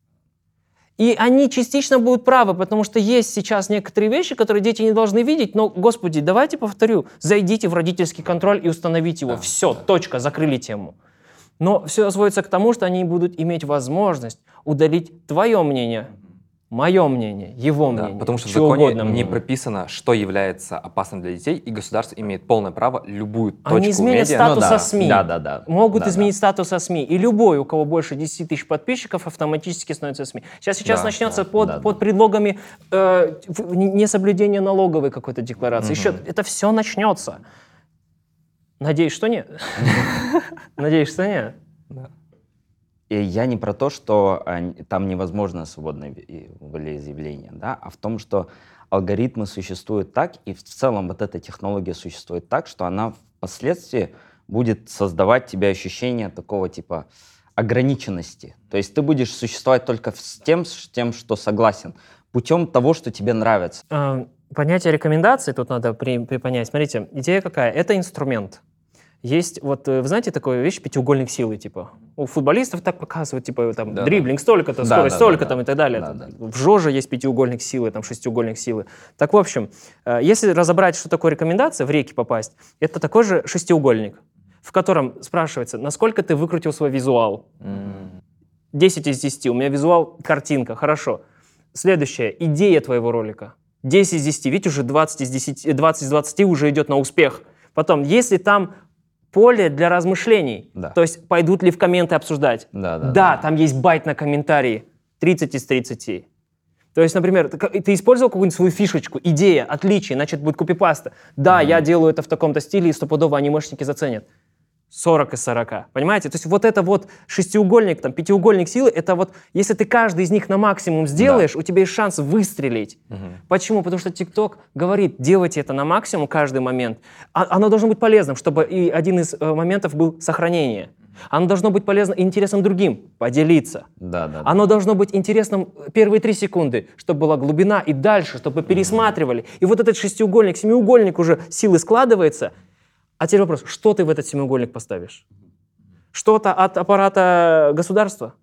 И они частично будут правы, потому что есть сейчас некоторые вещи, которые дети не должны видеть, но, господи, давайте повторю, зайдите в родительский контроль и установите его. Да, Все, точка, закрыли тему. Но все сводится к тому, что они будут иметь возможность удалить твое мнение, мое мнение, его Да, мнение, потому что в чье законе угодно не мнение. прописано, что является опасным для детей, и государство имеет полное право любую точку Они изменят медиа... статус Ну да, СМИ. да, да, да. Могут Да, изменить статус СМИ. И любой, у кого больше десять тысяч подписчиков, автоматически становится СМИ. Сейчас, сейчас Да, начнется да, под, да, под да. предлогами э, в- не- несоблюдения налоговой какой-то декларации. Еще это все начнется. Надеюсь, что нет. Надеюсь, что нет. и я не про то, что а, там невозможно свободное ви- волеизъявление, да, а в том, что алгоритмы существуют так, и в целом вот эта технология существует так, что она впоследствии будет создавать тебе ощущение такого типа ограниченности. То есть ты будешь существовать только с тем, с тем, что согласен, путем того, что тебе нравится. А, Понятие рекомендаций тут надо при, при понять. Смотрите, идея какая? Это инструмент. Есть, вот, э, вы знаете, такую вещь, пятиугольник силы, типа. У футболистов так показывают, типа, там, Да, дриблинг столько-то, Да, скорость да, столько да, там да. и так далее. Да, да. В ЖОЖе есть пятиугольник силы, там, шестиугольник силы. Так, в общем, э, если разобрать, что такое рекомендация, в реки попасть, это такой же шестиугольник, в котором спрашивается, насколько ты выкрутил свой визуал. М. десять из десяти, у меня визуал, картинка, хорошо. Следующее, идея твоего ролика. десять из десяти, видите, уже двадцать из десяти, двадцать из двадцати уже идет на успех. Потом, если там поле для размышлений, Да. то есть пойдут ли в комменты обсуждать. Да, да, Да, там есть байт на комментарии, тридцать из тридцати. То есть, например, ты, ка- ты использовал какую-нибудь свою фишечку, идея, отличие, значит, будет копипаста. Да, я делаю это в таком-то стиле, и стопудово анимешники заценят. сорок из сорока. Понимаете? То есть вот это вот шестиугольник, там, пятиугольник силы, это вот, если ты каждый из них на максимум сделаешь, у тебя есть шанс выстрелить. Почему? Потому что TikTok говорит, делайте это на максимум каждый момент. А- оно должно быть полезным, чтобы и один из э, моментов был сохранение. Оно должно быть полезно и интересным другим, поделиться. Да, да, да. Оно должно быть интересным первые три секунды, чтобы была глубина, и дальше, чтобы пересматривали. И вот этот шестиугольник, семиугольник уже силы складывается. А теперь вопрос, что ты в этот семиугольник поставишь? Что-то от аппарата государства,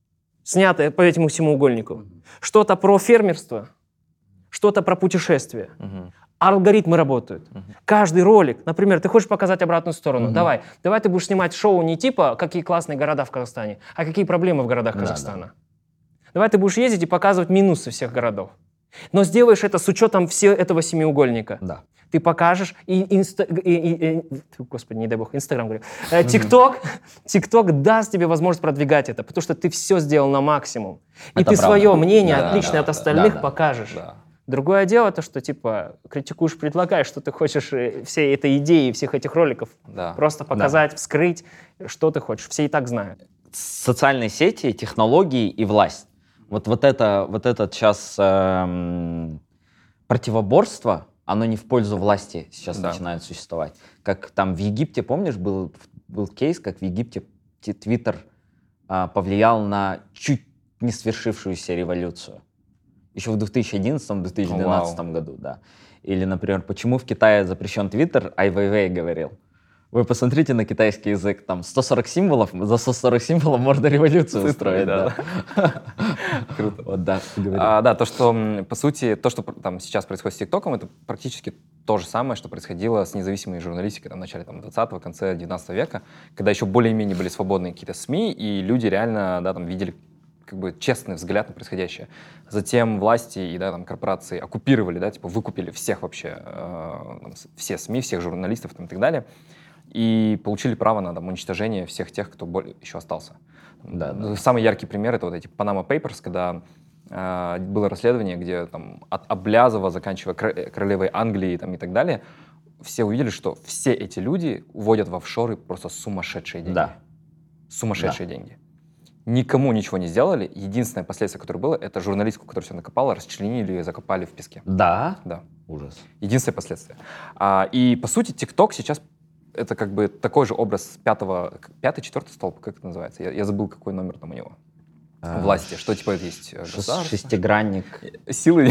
снятое по этому семиугольнику? Что-то про фермерство? Что-то про путешествия? Мгм. Алгоритмы работают. Каждый ролик, например, ты хочешь показать обратную сторону, давай, давай ты будешь снимать шоу не типа «Какие классные города в Казахстане», а «Какие проблемы в городах Да, Казахстана». Давай ты будешь ездить и показывать минусы всех городов. Но сделаешь это с учетом всего этого семиугольника. Да. Ты покажешь, и, инста, и, и- и- господи, не дай бог, Инстаграм говорю, Э, TikTok, TikTok даст тебе возможность продвигать это, потому что ты все сделал на максимум. И Это ты правда. свое мнение, Да, отличное да, от да, остальных, да, да. покажешь. Да. Другое дело то, что типа критикуешь, предлагаешь, что ты хочешь э, всей этой идеи, всех этих роликов Да. просто показать, вскрыть, что ты хочешь. Все и так знают. Социальные сети, технологии и власть. Вот, вот, это, вот этот сейчас эм, противоборство, оно не в пользу власти сейчас Да. начинает существовать. Как там в Египте, помнишь, был, был кейс, как в Египте Т- Твиттер а, повлиял на чуть не свершившуюся революцию. Еще в две тысячи одиннадцатом — две тысячи двенадцатом году, да. Или, например, почему в Китае запрещен Твиттер, Ай Вейвей говорил. Вы посмотрите на китайский язык, там сто сорок символов, за сто сорок символов можно революцию устроить. да, Да. Круто. Вот, да, ты говори. А, да, то, что, м, по сути, то, что там сейчас происходит с ТикТоком, это практически то же самое, что происходило с независимой журналистикой там, в начале там, двадцатого, конце девятнадцатого века, когда еще более-менее были свободные какие-то СМИ, и люди реально да, там, видели как бы честный взгляд на происходящее. Затем власти и да, там, корпорации оккупировали, да, типа выкупили всех вообще, э, там, с- все СМИ, всех журналистов там, и так далее, и получили право на там, уничтожение всех тех, кто более, еще остался. Да, Ну, Самый яркий пример — это вот эти Panama Papers, когда э, было расследование, где там, от Аблязова, заканчивая кор- королевой Англии там, и так далее, все увидели, что все эти люди уводят в офшоры просто сумасшедшие деньги. Да. Сумасшедшие деньги. Никому ничего не сделали. Единственное последствие, которое было, это журналистку, которая все накопала, расчленили и закопали в песке. Да? Да. Ужас. Единственное последствие. А, и, по сути, TikTok сейчас это как бы такой же образ пятого, пятый, четвертый столб, как это называется? Я, я забыл, какой номер там у него. А, Власти. Что типа это есть? э, Шес- государство? Шестигранник. Силы.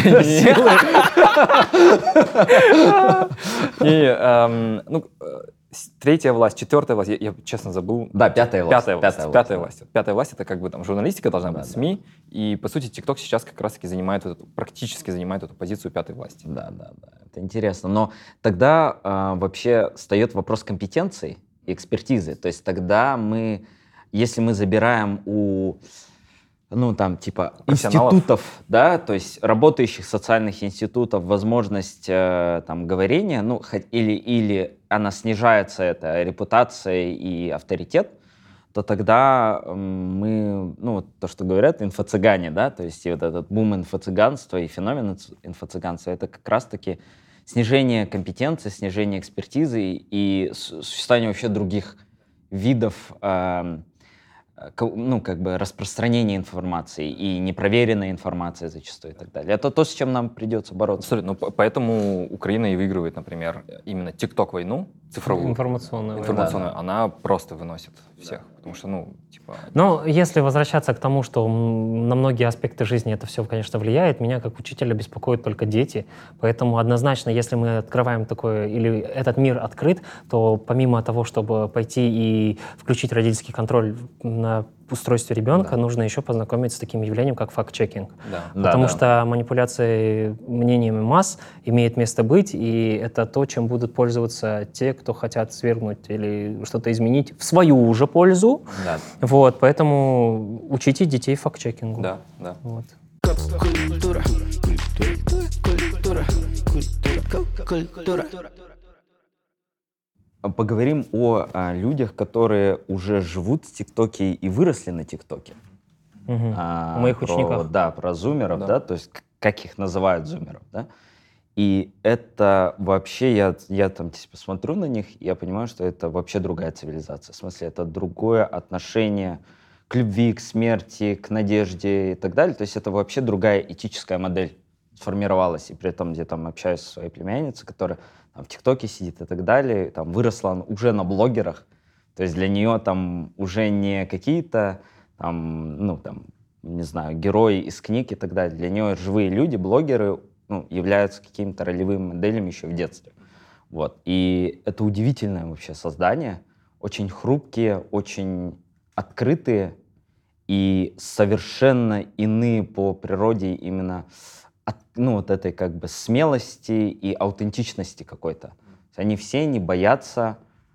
Не, эм, ну, э, с- третья власть, четвертая власть, я, я, честно забыл. Да, пятая власть. Пятая власть. Пятая Пятая власть, власть. Пятая власть — это как бы там журналистика должна Да, быть, да. СМИ. И, по сути, TikTok сейчас как раз-таки занимает вот эту, практически занимает эту позицию пятой власти. Да, да, да. Это интересно. Но тогда а, вообще встает вопрос компетенции и экспертизы. То есть тогда мы, если мы забираем у, ну там типа Профессионалов. институтов, да, то есть работающих социальных институтов возможность э, там говорения, ну хоть- или или она снижается, эта репутация и авторитет, то тогда м, мы, ну, вот то, что говорят, инфо-цыгане, да, то есть и вот этот бум инфо-цыганства и феномен инф- инфо-цыганства, это как раз-таки снижение компетенции, снижение экспертизы и с- существование вообще других видов эм, ну, как бы распространение информации и непроверенная информация зачастую и так далее. Это то, с чем нам придется бороться. Смотри, ну поэтому Украина и выигрывает, например, именно ТикТок-войну цифровую, информационную. информационную, да, да. Она просто выносит всех, потому что, ну, типа... Но если возвращаться к тому, что на многие аспекты жизни это все, конечно, влияет, меня как учителя беспокоят только дети, поэтому однозначно, если мы открываем такое, или этот мир открыт, то помимо того, чтобы пойти и включить родительский контроль на устройстве ребенка, да. нужно еще познакомиться с таким явлением, как факт-чекинг. Да. Потому да, что да. манипуляции мнениями масс имеет место быть, и это то, чем будут пользоваться те, кто хотят свергнуть или что-то изменить в свою уже пользу. Да. Вот, поэтому учите детей факт-чекингу. Да, да. Вот. Культура. Культура. Культура. Культура. Поговорим о, о людях, которые уже живут в ТикТоке и выросли на ТикТоке. Угу. А, У моих про, учеников. Да, про зумеров, да. да, то есть как их называют зумеров, да. И это вообще, я, я там типа, смотрю на них, и я понимаю, что это вообще другая цивилизация. В смысле, это другое отношение к любви, к смерти, к надежде и так далее. То есть это вообще другая этическая модель сформировалась. И при этом, где там общаюсь со своей племянницей, которая там, в ТикТоке сидит и так далее, там выросла она уже на блогерах. То есть для нее там уже не какие-то там, ну там, не знаю, герои из книг и так далее. Для нее живые люди, блогеры, ну, являются какими-то ролевыми моделями еще в детстве. Вот. И это удивительное вообще создание. Очень хрупкие, очень открытые и совершенно иные по природе именно от, ну, вот этой как бы смелости и аутентичности какой-то. Они все не боятся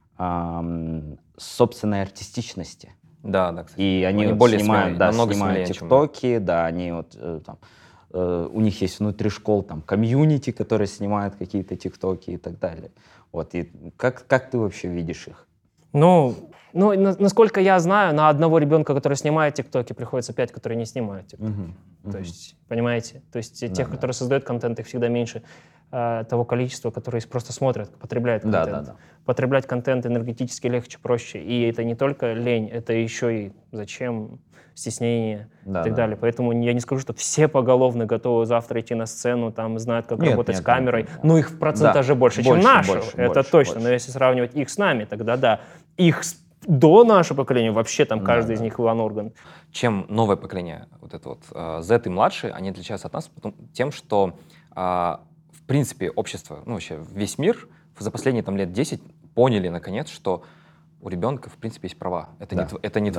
эм, собственной артистичности. Да, да, кстати. И они, они вот более снимают, смелее, да, намного снимают смелее, чем тиктоки, да, они вот э, там, э, у них есть внутри школ там комьюнити, которые снимают какие-то тиктоки и так далее. Вот, и как, как ты вообще видишь их? Ну, ну, на- насколько я знаю, на одного ребенка, который снимает тиктоки, приходится пять, которые не снимают тиктоки. Угу, То угу. есть, понимаете? То есть Да, тех, да. которые создают контент, их всегда меньше э, того количества, которые просто смотрят, потребляют Да, контент. да, да. Потреблять контент энергетически легче, проще. И это не только лень, это еще и зачем, стеснение Да, и так да. далее. Поэтому я не скажу, что все поголовно готовы завтра идти на сцену, там, знают, как Нет, работать нет, с камерой. нет, нет. Ну, их в процентаже Да, больше, чем больше, наши. больше, это больше, точно. больше. Но если сравнивать их с нами, тогда да. Их с- до нашего поколения вообще там Да, каждый да. из них Иван Ургант. Чем новое поколение, вот это вот э, Z и младшие, они отличаются от нас потом тем, что э, в принципе общество, ну вообще весь мир за последние там лет десять поняли наконец, что у ребенка в принципе есть права. Это Да. не, тв- это не Да,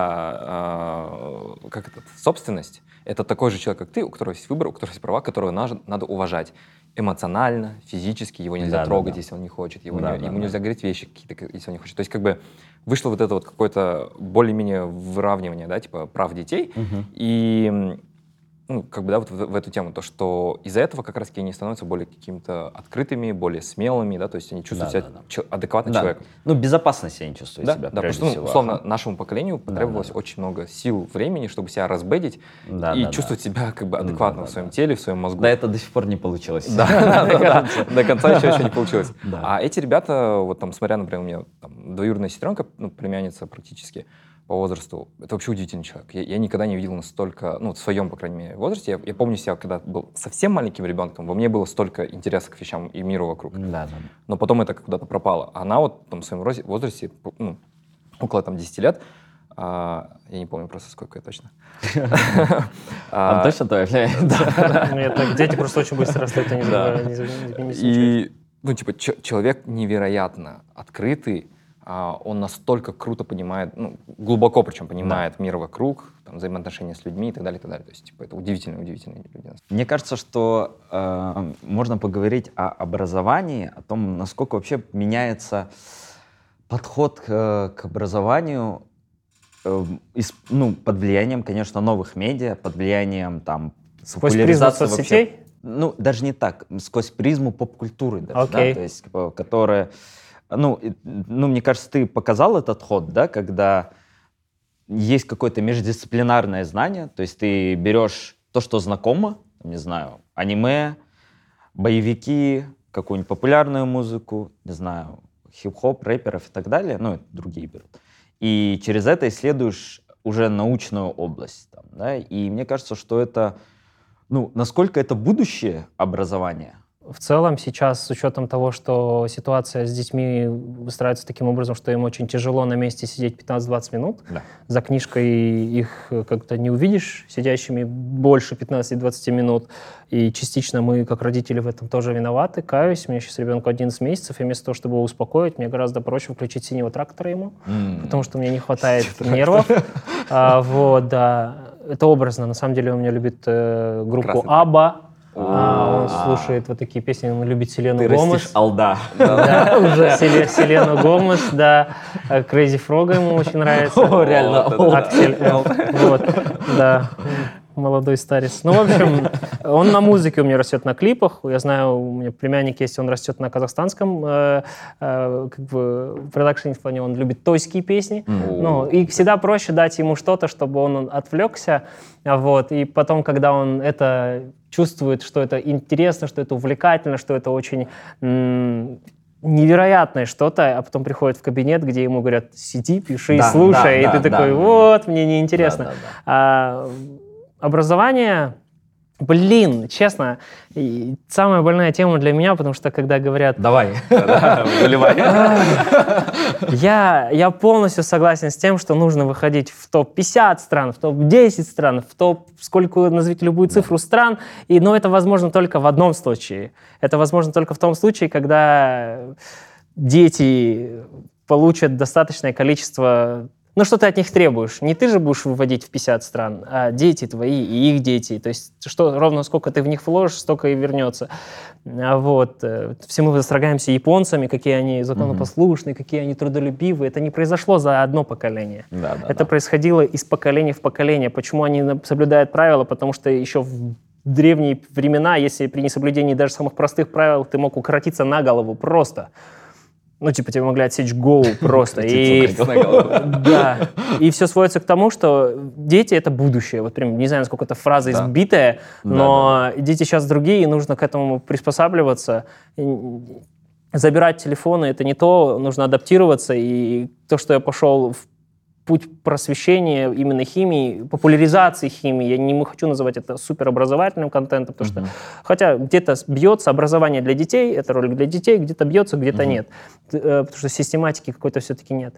твоя э, как это, собственность. Это такой же человек, как ты, у которого есть выбор, у которого есть права, которые надо, надо уважать. Эмоционально, физически, его нельзя Да, да, трогать, да. если он не хочет, его Да, не- да, ему да. нельзя говорить вещи какие-то, если он не хочет. То есть как бы вышло вот это вот какое-то более-менее выравнивание, да, типа прав детей, Мгм. и м, ну, как бы, да, вот в, в эту тему, то, что из-за этого как раз-таки они становятся более какими-то открытыми, более смелыми, да, то есть они чувствуют Да, себя да, да. чел- адекватным Да. человеком. Ну, безопасность я не чувствую Да, себя, да, потому прежде что, ну, всего. условно, Ага. нашему поколению потребовалось да, да. очень много сил, времени, чтобы себя разбедить Да, и да, да. чувствовать себя как бы Да, адекватно да, в своем да. теле, в своем мозгу. Да, это до сих пор не получилось. Да, да, да, до конца еще еще не получилось. Да. А эти ребята, вот там, смотря, например, у меня там двоюродная сестренка, ну, племянница практически по возрасту, это вообще удивительный человек. Я, я никогда не видел настолько, ну, в своем, по крайней мере, возрасте. Я, я помню себя, когда был совсем маленьким ребенком, во мне было столько интереса к вещам и миру вокруг. Да, да. Но потом это куда-то пропало. А она вот там в своем розе- возрасте, ну, около там десяти лет, а, я не помню просто сколько я точно. А точно твоя племянница? Ну, это дети просто очень быстро растут, они не Да. забывают, не забывают, не замечают. И, ну, типа, ч- человек невероятно открытый, а, он настолько круто понимает, ну, глубоко причем понимает мир вокруг, там, взаимоотношения с людьми и так далее, и так далее. То есть, типа, это удивительные, удивительные люди. Мне кажется, что э, можно поговорить о образовании, о том, насколько вообще меняется подход к, к образованию э, из- ну, под влиянием, конечно, новых медиа, под влиянием там, Сквозь призму популяризации соцсетей? вообще- ну, даже не так, сквозь призму поп-культуры даже, Окей. да, то есть, типа, которая, ну, и- ну, мне кажется, ты показал этот ход, да, когда есть какое-то междисциплинарное знание, то есть ты берешь то, что знакомо, не знаю, аниме, боевики, какую-нибудь популярную музыку, не знаю, хип-хоп, рэперов и так далее, ну, и другие берут. И через это исследуешь уже научную область. Там, да? И мне кажется, что это, ну, насколько это будущее образования? В целом сейчас, с учетом того, что ситуация с детьми выстраивается таким образом, что им очень тяжело на месте сидеть пятнадцать-двадцать минут, Да. за книжкой их как-то не увидишь сидящими больше пятнадцати-двадцати минут, и частично мы, как родители, в этом тоже виноваты. Каюсь, у меня сейчас ребенку одиннадцать месяцев, и вместо того, чтобы его успокоить, мне гораздо проще включить «Синего трактора» ему, М. потому что мне не хватает нервов. А, вот, да. Это образно. На самом деле он меня любит э, группу Красный Абба. А, он слушает вот такие песни, он любит Селену Ты Гомес. растишь алда. Да, уже. Селену Гомес, да. Crazy Frog ему очень нравится. О, реально, Аксель F. Вот, да. Молодой старец. Ну, в общем, он на музыке у меня растет на клипах. Я знаю, у меня племянник есть, он растет на казахстанском э, э, как бы продакшене, в плане он любит тойские песни. Mm. Ну, и всегда проще дать ему что-то, чтобы он отвлекся. Вот. И потом, когда он это чувствует, что это интересно, что это увлекательно, что это очень м- невероятное что-то, а потом приходит в кабинет, где ему говорят: сиди, пиши, Да, слушай. да, и да, ты да. такой: вот, мне неинтересно. Да, да, да. А, образование, блин, честно, и самая больная тема для меня, потому что когда говорят... Давай, выливай. Я, я полностью согласен с тем, что нужно выходить в топ пятьдесят стран, в топ десять стран, в топ, сколько, назовите любую цифру стран, и, но это возможно только в одном случае. Это возможно только в том случае, когда дети получат достаточное количество... Ну, что ты от них требуешь? Не ты же будешь выводить в пятьдесят стран, а дети твои и их дети. То есть что, ровно сколько ты в них вложишь, столько и вернется. А вот. Все мы восторгаемся японцами, какие они законопослушные, mm-hmm. какие они трудолюбивые. Это не произошло за одно поколение. Да, да, Это да. происходило из поколения в поколение. Почему они соблюдают правила? Потому что еще в древние времена, если при несоблюдении даже самых простых правил ты мог укоротиться на голову просто... Ну, типа, тебе могли отсечь голову просто. И, да. И все сводится к тому, что дети — это будущее. Вот прям, не знаю, насколько эта фраза Да. избитая, но Да, да, дети сейчас другие, и нужно к этому приспосабливаться. И забирать телефоны — это не то, нужно адаптироваться. И то, что я пошел в путь просвещения именно химии, популяризации химии. Я не хочу называть это суперобразовательным контентом, потому mm-hmm. что, хотя где-то бьется образование для детей, это ролик для детей, где-то бьется, где-то mm-hmm. нет, потому что систематики какой-то все-таки нет.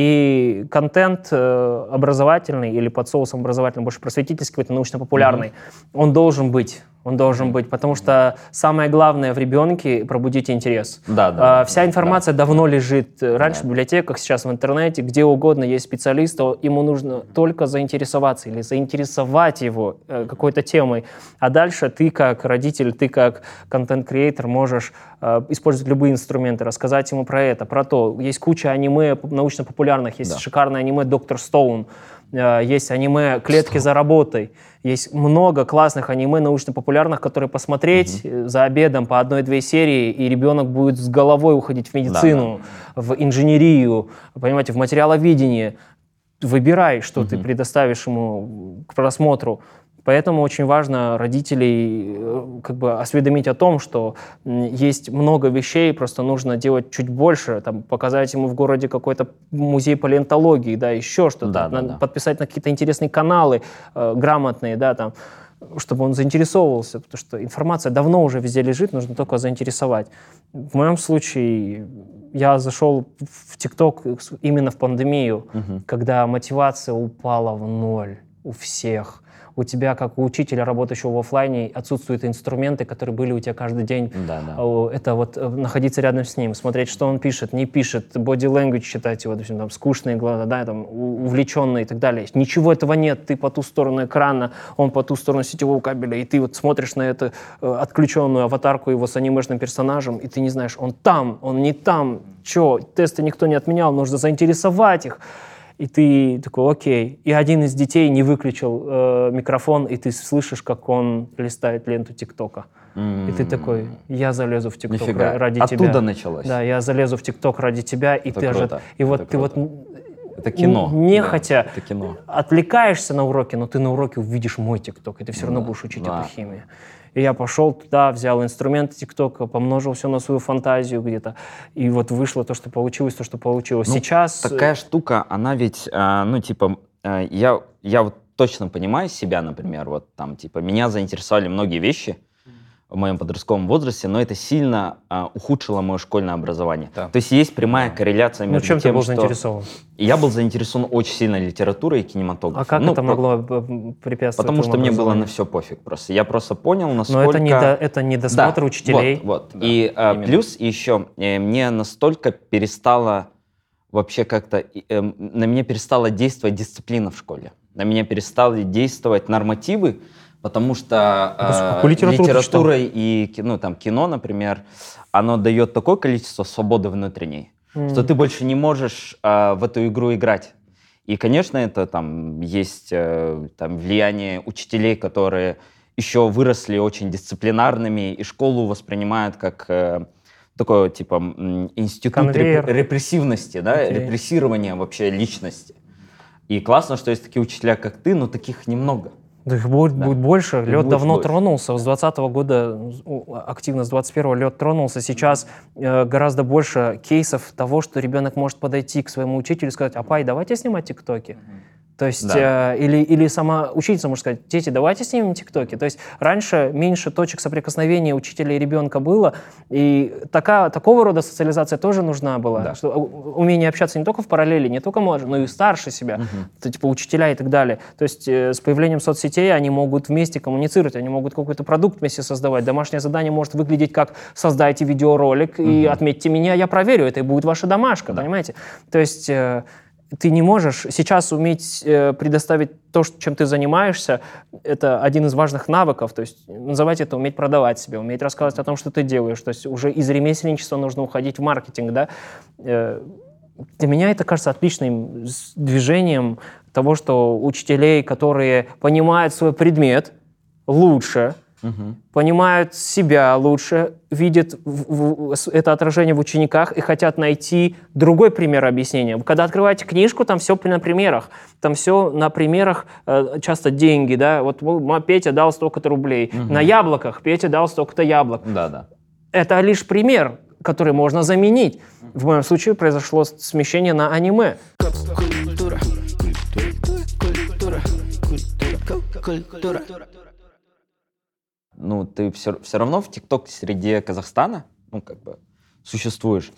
И контент образовательный или под соусом образовательным, больше просветительский, какой-то научно-популярный, mm-hmm. он должен быть. Он должен быть, потому что самое главное в ребенке — пробудить интерес. Да, да, а, вся информация да. давно лежит. Раньше да. в библиотеках, сейчас в интернете, где угодно есть специалист, то ему нужно только заинтересоваться или заинтересовать его э, какой-то темой. А дальше ты как родитель, ты как контент-креатор можешь э, использовать любые инструменты, рассказать ему про это, про то. Есть куча аниме научно-популярных, есть да. шикарное аниме «Доктор Стоун», э, есть аниме «Клетки Что? за работой». Есть много классных аниме научно-популярных, которые посмотреть угу. за обедом по одной-две серии, и ребенок будет с головой уходить в медицину, да, да. в инженерию, понимаете, в материаловедение. Выбирай, что угу. ты предоставишь ему к просмотру. Поэтому очень важно родителей как бы осведомить о том, что есть много вещей, просто нужно делать чуть больше, там, показать ему в городе какой-то музей палеонтологии, да, еще что-то, да, да, да. подписать на какие-то интересные каналы э, грамотные, да, там, чтобы он заинтересовывался, потому что информация давно уже везде лежит, нужно только заинтересовать. В моем случае я зашел в ТикТок именно в пандемию, угу. когда мотивация упала в ноль у всех. У тебя, как у учителя, работающего в офлайне, отсутствуют инструменты, которые были у тебя каждый день. Да, да. Это вот находиться рядом с ним, смотреть, что он пишет, не пишет, body language читать его, допустим, там, скучные глаза, да, там, увлеченные и так далее. Ничего этого нет, ты по ту сторону экрана, он по ту сторону сетевого кабеля, и ты вот смотришь на эту э, отключенную аватарку его с анимешным персонажем, и ты не знаешь, он там, он не там, чё, тесты никто не отменял, нужно заинтересовать их. И ты такой: окей. И один из детей не выключил э, микрофон, и ты слышишь, как он листает ленту ТикТока. Mm-hmm. И ты такой: я залезу в ТикТок Нифига. ради Оттуда тебя. Оттуда началось. Да, я залезу в ТикТок ради тебя, и это ты круто. же... И вот это ты круто. вот... Это кино. Нехотя да, это кино. Отвлекаешься на уроки, но ты на уроке увидишь мой ТикТок, и ты все равно да, будешь учить да. эту химию. И я пошел туда, взял инструменты ТикТока, помножил все на свою фантазию где-то, и вот вышло то, что получилось, то, что получилось. Ну, Сейчас... Такая штука, она ведь, ну, типа, э, я, я вот точно понимаю себя, например, вот там, типа, меня заинтересовали многие вещи в моем подростковом возрасте, но это сильно э, ухудшило мое школьное образование. Да. То есть есть прямая корреляция Ну, между чем ты тем, был что... заинтересован? Я был заинтересован очень сильно литературой и кинематографом. А как Ну, это по- могло э, препятствовать Потому твоему что мне было образованию? на все пофиг просто. Я просто понял, насколько... Но это не, до, это не досмотр Да, учителей. Вот, вот. Да, и а, именно. плюс еще э, мне настолько перестало вообще как-то... э, на меня перестала действовать дисциплина в школе. На меня перестали действовать нормативы, потому что Господи, э, какую литературу ты литература и ки- ну, там, кино, например, оно дает такое количество свободы внутренней, М. что ты больше не можешь э, в эту игру играть. И, конечно, это там есть э, там, влияние учителей, которые еще выросли очень дисциплинарными, и школу воспринимают как э, такой, типа, м, институт Конвейер. репр- репрессивности, да, Окей. репрессирования вообще личности. И классно, что есть такие учителя, как ты, но таких немного. Да их будет, Да. будет больше. Их Лед будет давно больше. тронулся. С двадцатого года, у, активно с двадцать первого лед тронулся. Сейчас э, гораздо больше кейсов того, что ребенок может подойти к своему учителю и сказать: «Апай, давайте снимать тиктоки». То есть, Да. э, или, или сама учительница может сказать: «Дети, давайте снимем тиктоки». То есть раньше меньше точек соприкосновения учителя и ребенка было, и такая, такого рода социализация тоже нужна была. Да. Что, у- умение общаться не только в параллели, не только младше, но и старше себя, то, типа учителя и так далее. То есть э, с появлением соцсетей они могут вместе коммуницировать, они могут какой-то продукт вместе создавать. Домашнее задание может выглядеть как: «Создайте видеоролик и отметьте меня, я проверю, это и будет ваша домашка», понимаете? То есть... э, ты не можешь сейчас уметь э, предоставить то, что- чем ты занимаешься. Это один из важных навыков. То есть называть это уметь продавать себя, уметь рассказывать о том, что ты делаешь. То есть уже из ремесленничества нужно уходить в маркетинг. Да? Э, для меня это кажется отличным с- движением того, что учителей, которые понимают свой предмет лучше, понимают себя лучше, видят в- в- с- это отражение в учениках и хотят найти другой пример объяснения. Вы когда открываете книжку, там все на примерах. Там все на примерах, э, часто деньги, да. Вот м- Петя дал столько-то рублей. На яблоках Петя дал столько-то яблок. Да-да. Это лишь пример, который можно заменить. В моем случае произошло с- смещение на аниме. Культура. Культура. Культура. Культура. Ну, ты все, все равно в ТикТок-среде Казахстана, ну, как бы, существуешь.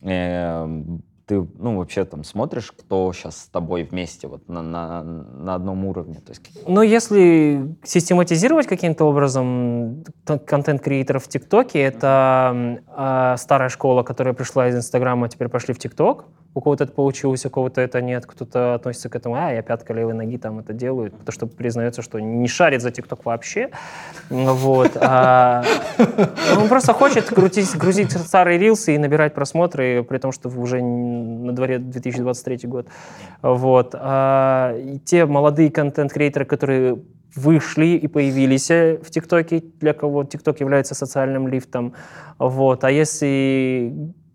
Эм, ты, ну, вообще там смотришь, кто сейчас с тобой вместе вот на, на, на одном уровне. То есть, Ну, если систематизировать каким-то образом т- контент-креаторов в ТикТоке, это м, а, старая школа, которая пришла из Инстаграма, теперь пошли в ТикТок. У кого-то это получилось, у кого-то это нет. Кто-то относится к этому: а, я пятка левой ноги там это делаю, потому что признается, что не шарит за ТикТок вообще. Вот. А, он просто хочет крутить, грузить старые рилсы и набирать просмотры, при том, что уже на дворе две тысячи двадцать третий год. Вот. А, и те молодые контент-креаторы, которые вышли и появились в ТикТоке, для кого ТикТок является социальным лифтом. Вот. А если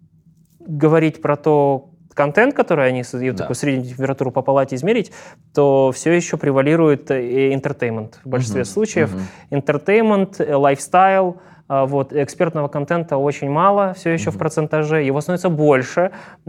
говорить про то, контент, который они создают, Да. такую среднюю температуру по палате измерить, то все еще превалирует entertainment в большинстве Мгм, случаев. мгм. Entertainment, э, лайфстайл, а, вот, экспертного контента очень мало все еще в процентаже, его становится больше,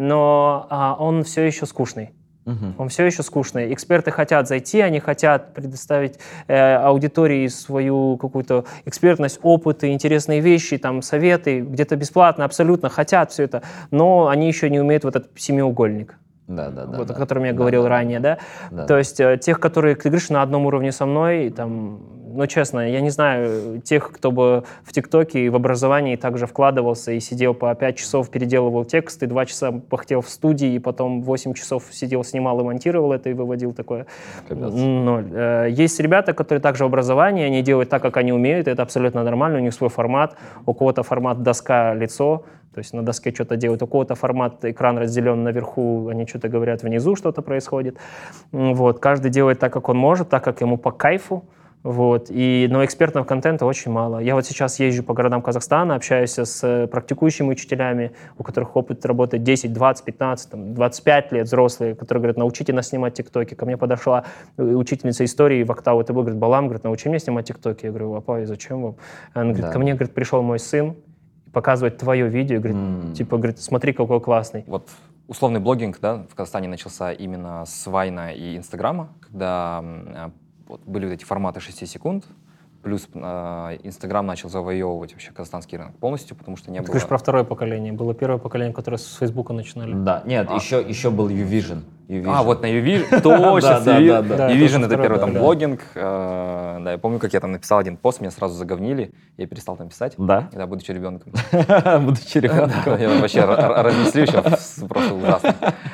но а, он все еще скучный. Мгм. Он все еще скучный. Эксперты хотят зайти, они хотят предоставить э, аудитории свою какую-то экспертность, опыт, и интересные вещи, там, советы, где-то бесплатно, абсолютно хотят все это, но они еще не умеют вот этот семиугольник, Да, да, да. вот, да. о котором я Да, говорил да, ранее, да? да. То есть э, тех, которые, ты говоришь, на одном уровне со мной, там, ну, честно, я не знаю тех, кто бы в ТикТоке и в образовании также вкладывался и сидел по пять часов, переделывал тексты, два часа пахтел в студии, и потом восемь часов сидел, снимал и монтировал это, и выводил такое. Капец. Ноль. Э, Есть ребята, которые также в образовании, они делают так, как они умеют, и это абсолютно нормально, у них свой формат, у кого-то формат доска-лицо, то есть на доске что-то делают, у кого-то формат экран разделен наверху, они что-то говорят внизу, что-то происходит. М, Вот. Каждый делает так, как он может, так, как ему по кайфу. Вот. И, но экспертного контента очень мало. Я вот сейчас езжу по городам Казахстана, общаюсь с э, практикующими учителями, у которых опыт работы десять, двадцать, пятнадцать, там, двадцать пять лет, взрослые, которые говорят: научите нас снимать тиктоки. Ко мне подошла э, учительница истории в Октаву ТБ, говорит: Балам, говорит, научи меня снимать тиктоки. Я говорю: апа, и зачем вам? Она говорит: Да. ко мне, говорит, пришел мой сын показывать твое видео, говорит, М. типа, говорит, смотри, какой классный. Вот условный блогинг, да, в Казахстане начался именно с Вайна и Инстаграма, когда м, вот, были вот эти форматы шести секунд, плюс э, Инстаграм начал завоевывать вообще казахстанский рынок полностью, потому что не Ты было... говоришь про второе поколение. Было первое поколение, которое с Фейсбука начинали. Да, нет, А. еще, еще был YouVision. YouVision. А, вот на YouVision, точно, Да, да, да, да. YouVision — Да, это первый да, там да. блогинг, э, да, я помню, как я там написал один пост, меня сразу загомнили, я перестал там писать, Да? когда будучи ребенком. Будучи ребенком. Я там вообще р- разнеслю еще просто ужасно.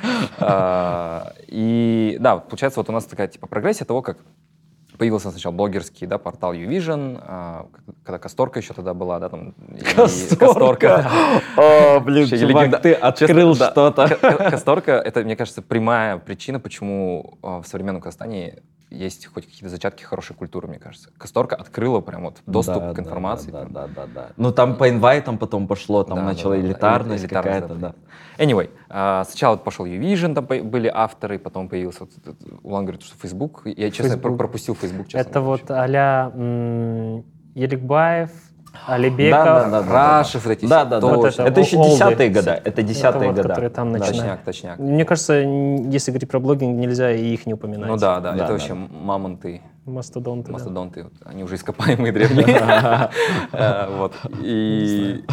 А, И да, вот получается, вот у нас такая типа прогрессия того, как появился сначала блогерский, да, портал YouVision, а, когда Касторка еще тогда была, да, там. и- Касторка. да. О, блин, Вообще, чувак, легенда- ты Честно, открыл да. что-то. К- к- Касторка — это, мне кажется, прямая причина, почему а, в современном Казахстане есть хоть какие-то зачатки хорошей культуры, мне кажется. Касторка открыла прям вот доступ Да, к да, информации. Да, прям. да, да, да. Ну, там по инвайтам потом пошло, там Да, начала да, да, да. элитарность Элит- какая-то, элитарность, да. Anyway, а, сначала пошел YouVision, там по- были авторы, потом появился, вот этот- Улан говорит, что Facebook. Я, честно, Facebook. про- пропустил Facebook, честно Это говоря, вот вообще. а-ля м, Еликбаев, Алибеков. Да, да, да, да. Рашев, вот эти Да, все. да, да. Точно. Вот это Это еще олды. десятые года, это Это десятые вот, года. которые там Да. начинали. Точняк, точняк. Мне кажется, н- если говорить про блогинг, нельзя и их не упоминать. Ну да, да, Да, это да, вообще да. мамонты, Мастодонты. да. мастодонты, вот, они уже ископаемые древние. Э, Вот. И...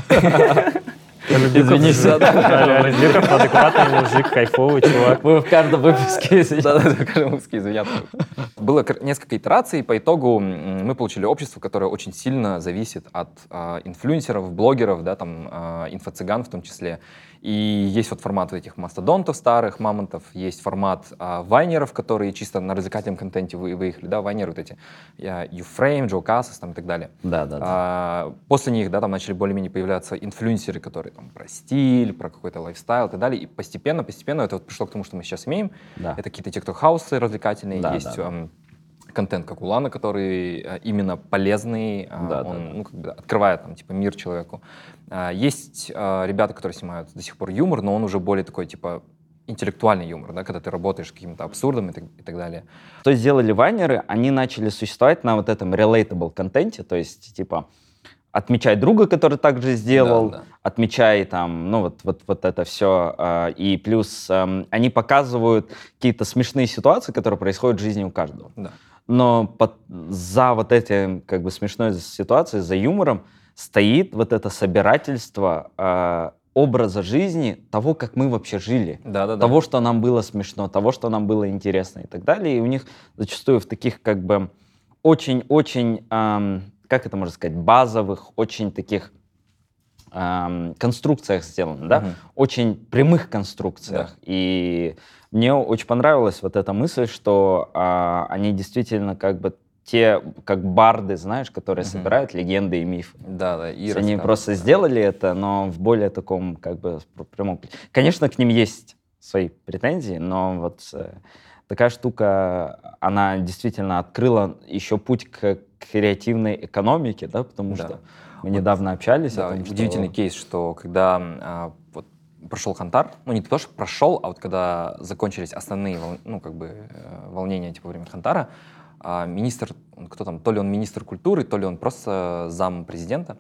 Извините. Алибеков адекватный мужик, кайфовый чувак. Мы в каждом выпуске Да, да, да, каждый выпуск извиняться. Было кр- несколько итераций, по итогу м, мы получили общество, которое очень сильно зависит от а, инфлюенсеров, блогеров, да, там, а, инфо-цыган в том числе. И есть вот формат вот этих мастодонтов старых, мамонтов, есть формат а, вайнеров, которые чисто на развлекательном контенте вы, выехали, да, вайнеры вот эти, я, Юфрейм, Джо Кассас там и так далее. Да, да, да. А, после них, да, там начали более-менее появляться инфлюенсеры, которые там про стиль, про какой-то лайфстайл и так далее. И постепенно, постепенно это вот пришло к тому, что мы сейчас имеем. Да. Это какие-то тикток-хаусы развлекательные, Да, есть да, да. эм, контент, как у Лана, который э, именно полезный, э, Да, да, он да. ну, как бы открывает там, типа, мир человеку. А, есть э, ребята, которые снимают до сих пор юмор, но он уже более такой, типа, интеллектуальный юмор, да, когда ты работаешь с каким-то абсурдом и так, и так далее. Что сделали вайнеры, они начали существовать на вот этом relatable контенте, то есть, типа, отмечай друга, который также сделал, Да, да. отмечай там, ну, вот, вот, вот это все. И плюс эм, они показывают какие-то смешные ситуации, которые происходят в жизни у каждого. Да. Но под- за вот этим, как бы, смешной ситуацией, за юмором стоит вот это собирательство э, образа жизни, того, как мы вообще жили. Да, да, да. Того, что нам было смешно, того, что нам было интересно и так далее. И у них зачастую в таких как бы очень-очень, эм, как это можно сказать, базовых, очень таких эм, конструкциях сделано, да? Мгм. Очень прямых конструкциях. И мне очень понравилась вот эта мысль, что а, они действительно как бы те, как барды, знаешь, которые Мгм. собирают легенды и мифы. Да, да. То И есть они рассказывают, просто да. сделали это, но в более таком, как бы, пр- прямом ключе. Конечно, к ним есть свои претензии, но вот э, такая штука, она действительно открыла еще путь к, к креативной экономике, да, потому Да. что мы недавно общались Да, о том, что... удивительный кейс, что когда а, вот, прошел Хантар, ну не то, что прошел, а вот когда закончились основные вол- ну, как бы, э, волнения типа, во время Хантара, а, министр, он кто там, то ли он министр культуры, то ли он просто зам президента,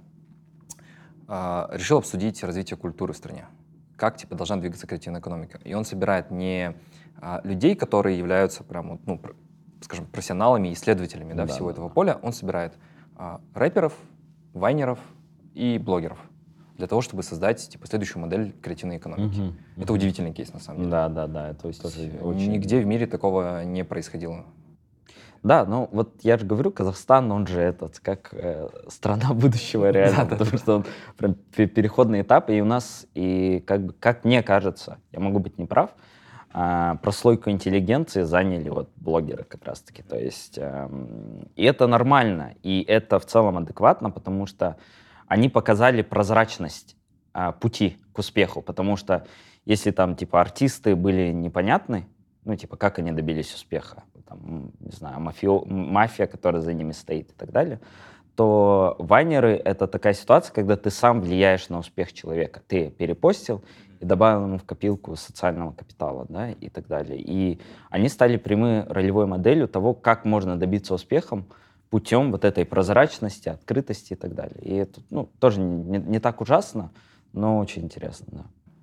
а, решил обсудить развитие культуры в стране. Как типа, должна двигаться креативная экономика. И он собирает не а, людей, которые являются прям, вот, ну, пр- скажем, профессионалами, исследователями да, Да, всего да, этого да. поля, он собирает а, рэперов, вайнеров и блогеров для того, чтобы создать типа, следующую модель креативной экономики. Мгм, Это мгм. удивительный кейс, на самом деле. Да, да, да, это тоже очень... Нигде в мире такого не происходило. Да, ну вот я же говорю, Казахстан, он же этот, как э, страна будущего реально, Да-да-да. потому что он прям пе- переходный этап, и у нас, и как бы, как мне кажется, я могу быть неправ, а, прослойку интеллигенции заняли вот блогеры как раз-таки, то есть, эм, и это нормально, и это в целом адекватно, потому что они показали прозрачность а, пути к успеху, потому что если там, типа, артисты были непонятны, ну, типа, как они добились успеха, там, не знаю, мафио, мафия, которая за ними стоит и так далее, то вайнеры — это такая ситуация, когда ты сам влияешь на успех человека. Ты перепостил и добавил ему в копилку социального капитала, да, и так далее. И они стали прямой ролевой моделью того, как можно добиться успеха путем вот этой прозрачности, открытости и так далее. И это, ну, тоже не, не так ужасно, но очень интересно, да.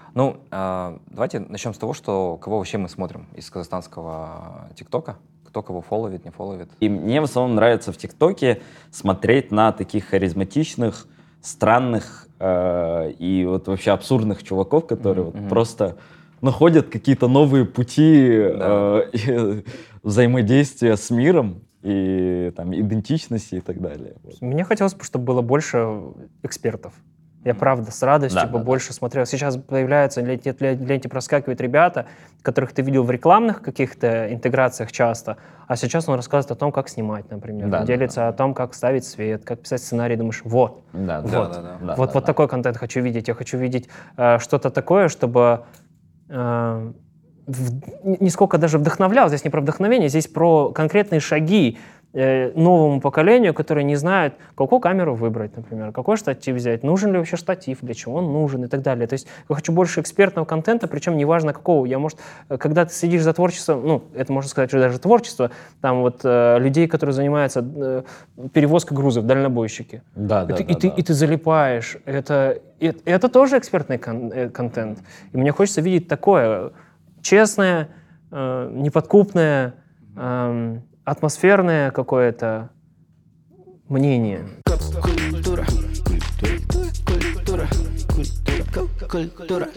Ну, э, давайте начнем с того, что кого вообще мы смотрим из казахстанского ТикТока. Кто кого фолловит, не фолловит. И мне в основном нравится в ТикТоке смотреть на таких харизматичных, странных э, и вот вообще абсурдных чуваков, которые Mm-hmm. вот просто находят какие-то новые пути Да. э, и взаимодействия с миром и там идентичности и так далее. Вот. Мне хотелось бы, чтобы было больше экспертов. Я правда с радостью Да, бы да, больше смотрел. Сейчас появляются, в ленте, в ленте проскакивают ребята, которых ты видел в рекламных каких-то интеграциях часто, а сейчас он рассказывает о том, как снимать, например. Да, Он да, делится да. о том, как ставить свет, как писать сценарий. Думаешь, вот, Да, вот, да, да, да. да, вот, да, вот да. такой контент хочу видеть. Я хочу видеть э, что-то такое, чтобы э, в- не сколько даже вдохновлял. Здесь не про вдохновение, здесь про конкретные шаги э, новому поколению, которое не знает, какую камеру выбрать, например, какой штатив взять, нужен ли вообще штатив, для чего он нужен и так далее. То есть я хочу больше экспертного контента, причем неважно какого. Я, может, э, когда ты сидишь за творчеством, ну, это можно сказать, что даже творчество, там вот э, людей, которые занимаются э, перевозкой грузов, дальнобойщики. Да, И да, ты, да, и, ты, да. и ты залипаешь. Это, и- это тоже экспертный кон- э, контент. И мне хочется видеть такое честное, э, неподкупное, эм, атмосферное какое-то мнение. Культура. Культура. Культура. Культура.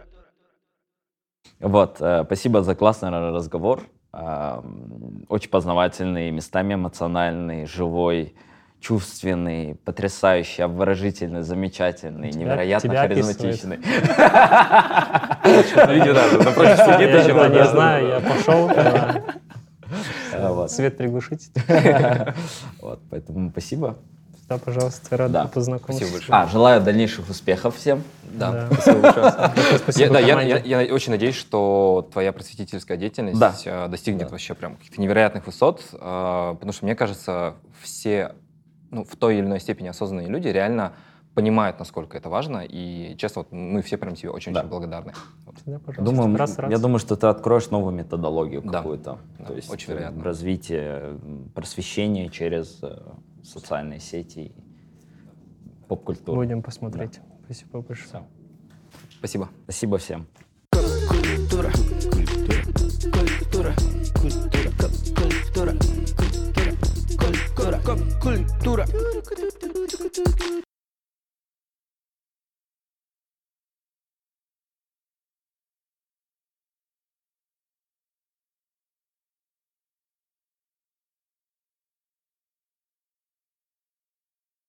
Вот, э, спасибо за классный разговор. Э, очень познавательный, местами эмоциональный, живой, чувственный, потрясающий, обворожительный, замечательный, Тебя- невероятно тебя харизматичный. Видео, да, напротив сидит, Я еще этого надо. не знаю, я пошел. да. Э, вот. Свет приглушить. Вот, поэтому спасибо. Да, пожалуйста, рад Да. познакомиться. Спасибо большое. А, желаю дальнейших успехов всем. Да, Да. спасибо большое. Спасибо Я, да, я, команде. я- я очень надеюсь, что твоя просветительская деятельность Да. э, достигнет Да. вообще прям каких-то невероятных высот, э, потому что, мне кажется, все, ну, в той или иной степени осознанные люди реально понимают, насколько это важно, и, честно, вот мы все прям тебе очень-очень Да. благодарны. Вот. Да, пожалуйста. Думаю, Раз, раз. я думаю, что ты откроешь новую методологию Да. какую-то. Да, То есть очень вероятно. развитие, м, просвещение через э, социальные сети и поп-культуру. Будем посмотреть. Спасибо большое. Всё. Спасибо. Спасибо всем. Культура. Культура. Культура. Культура. Культура. Культура. Культура.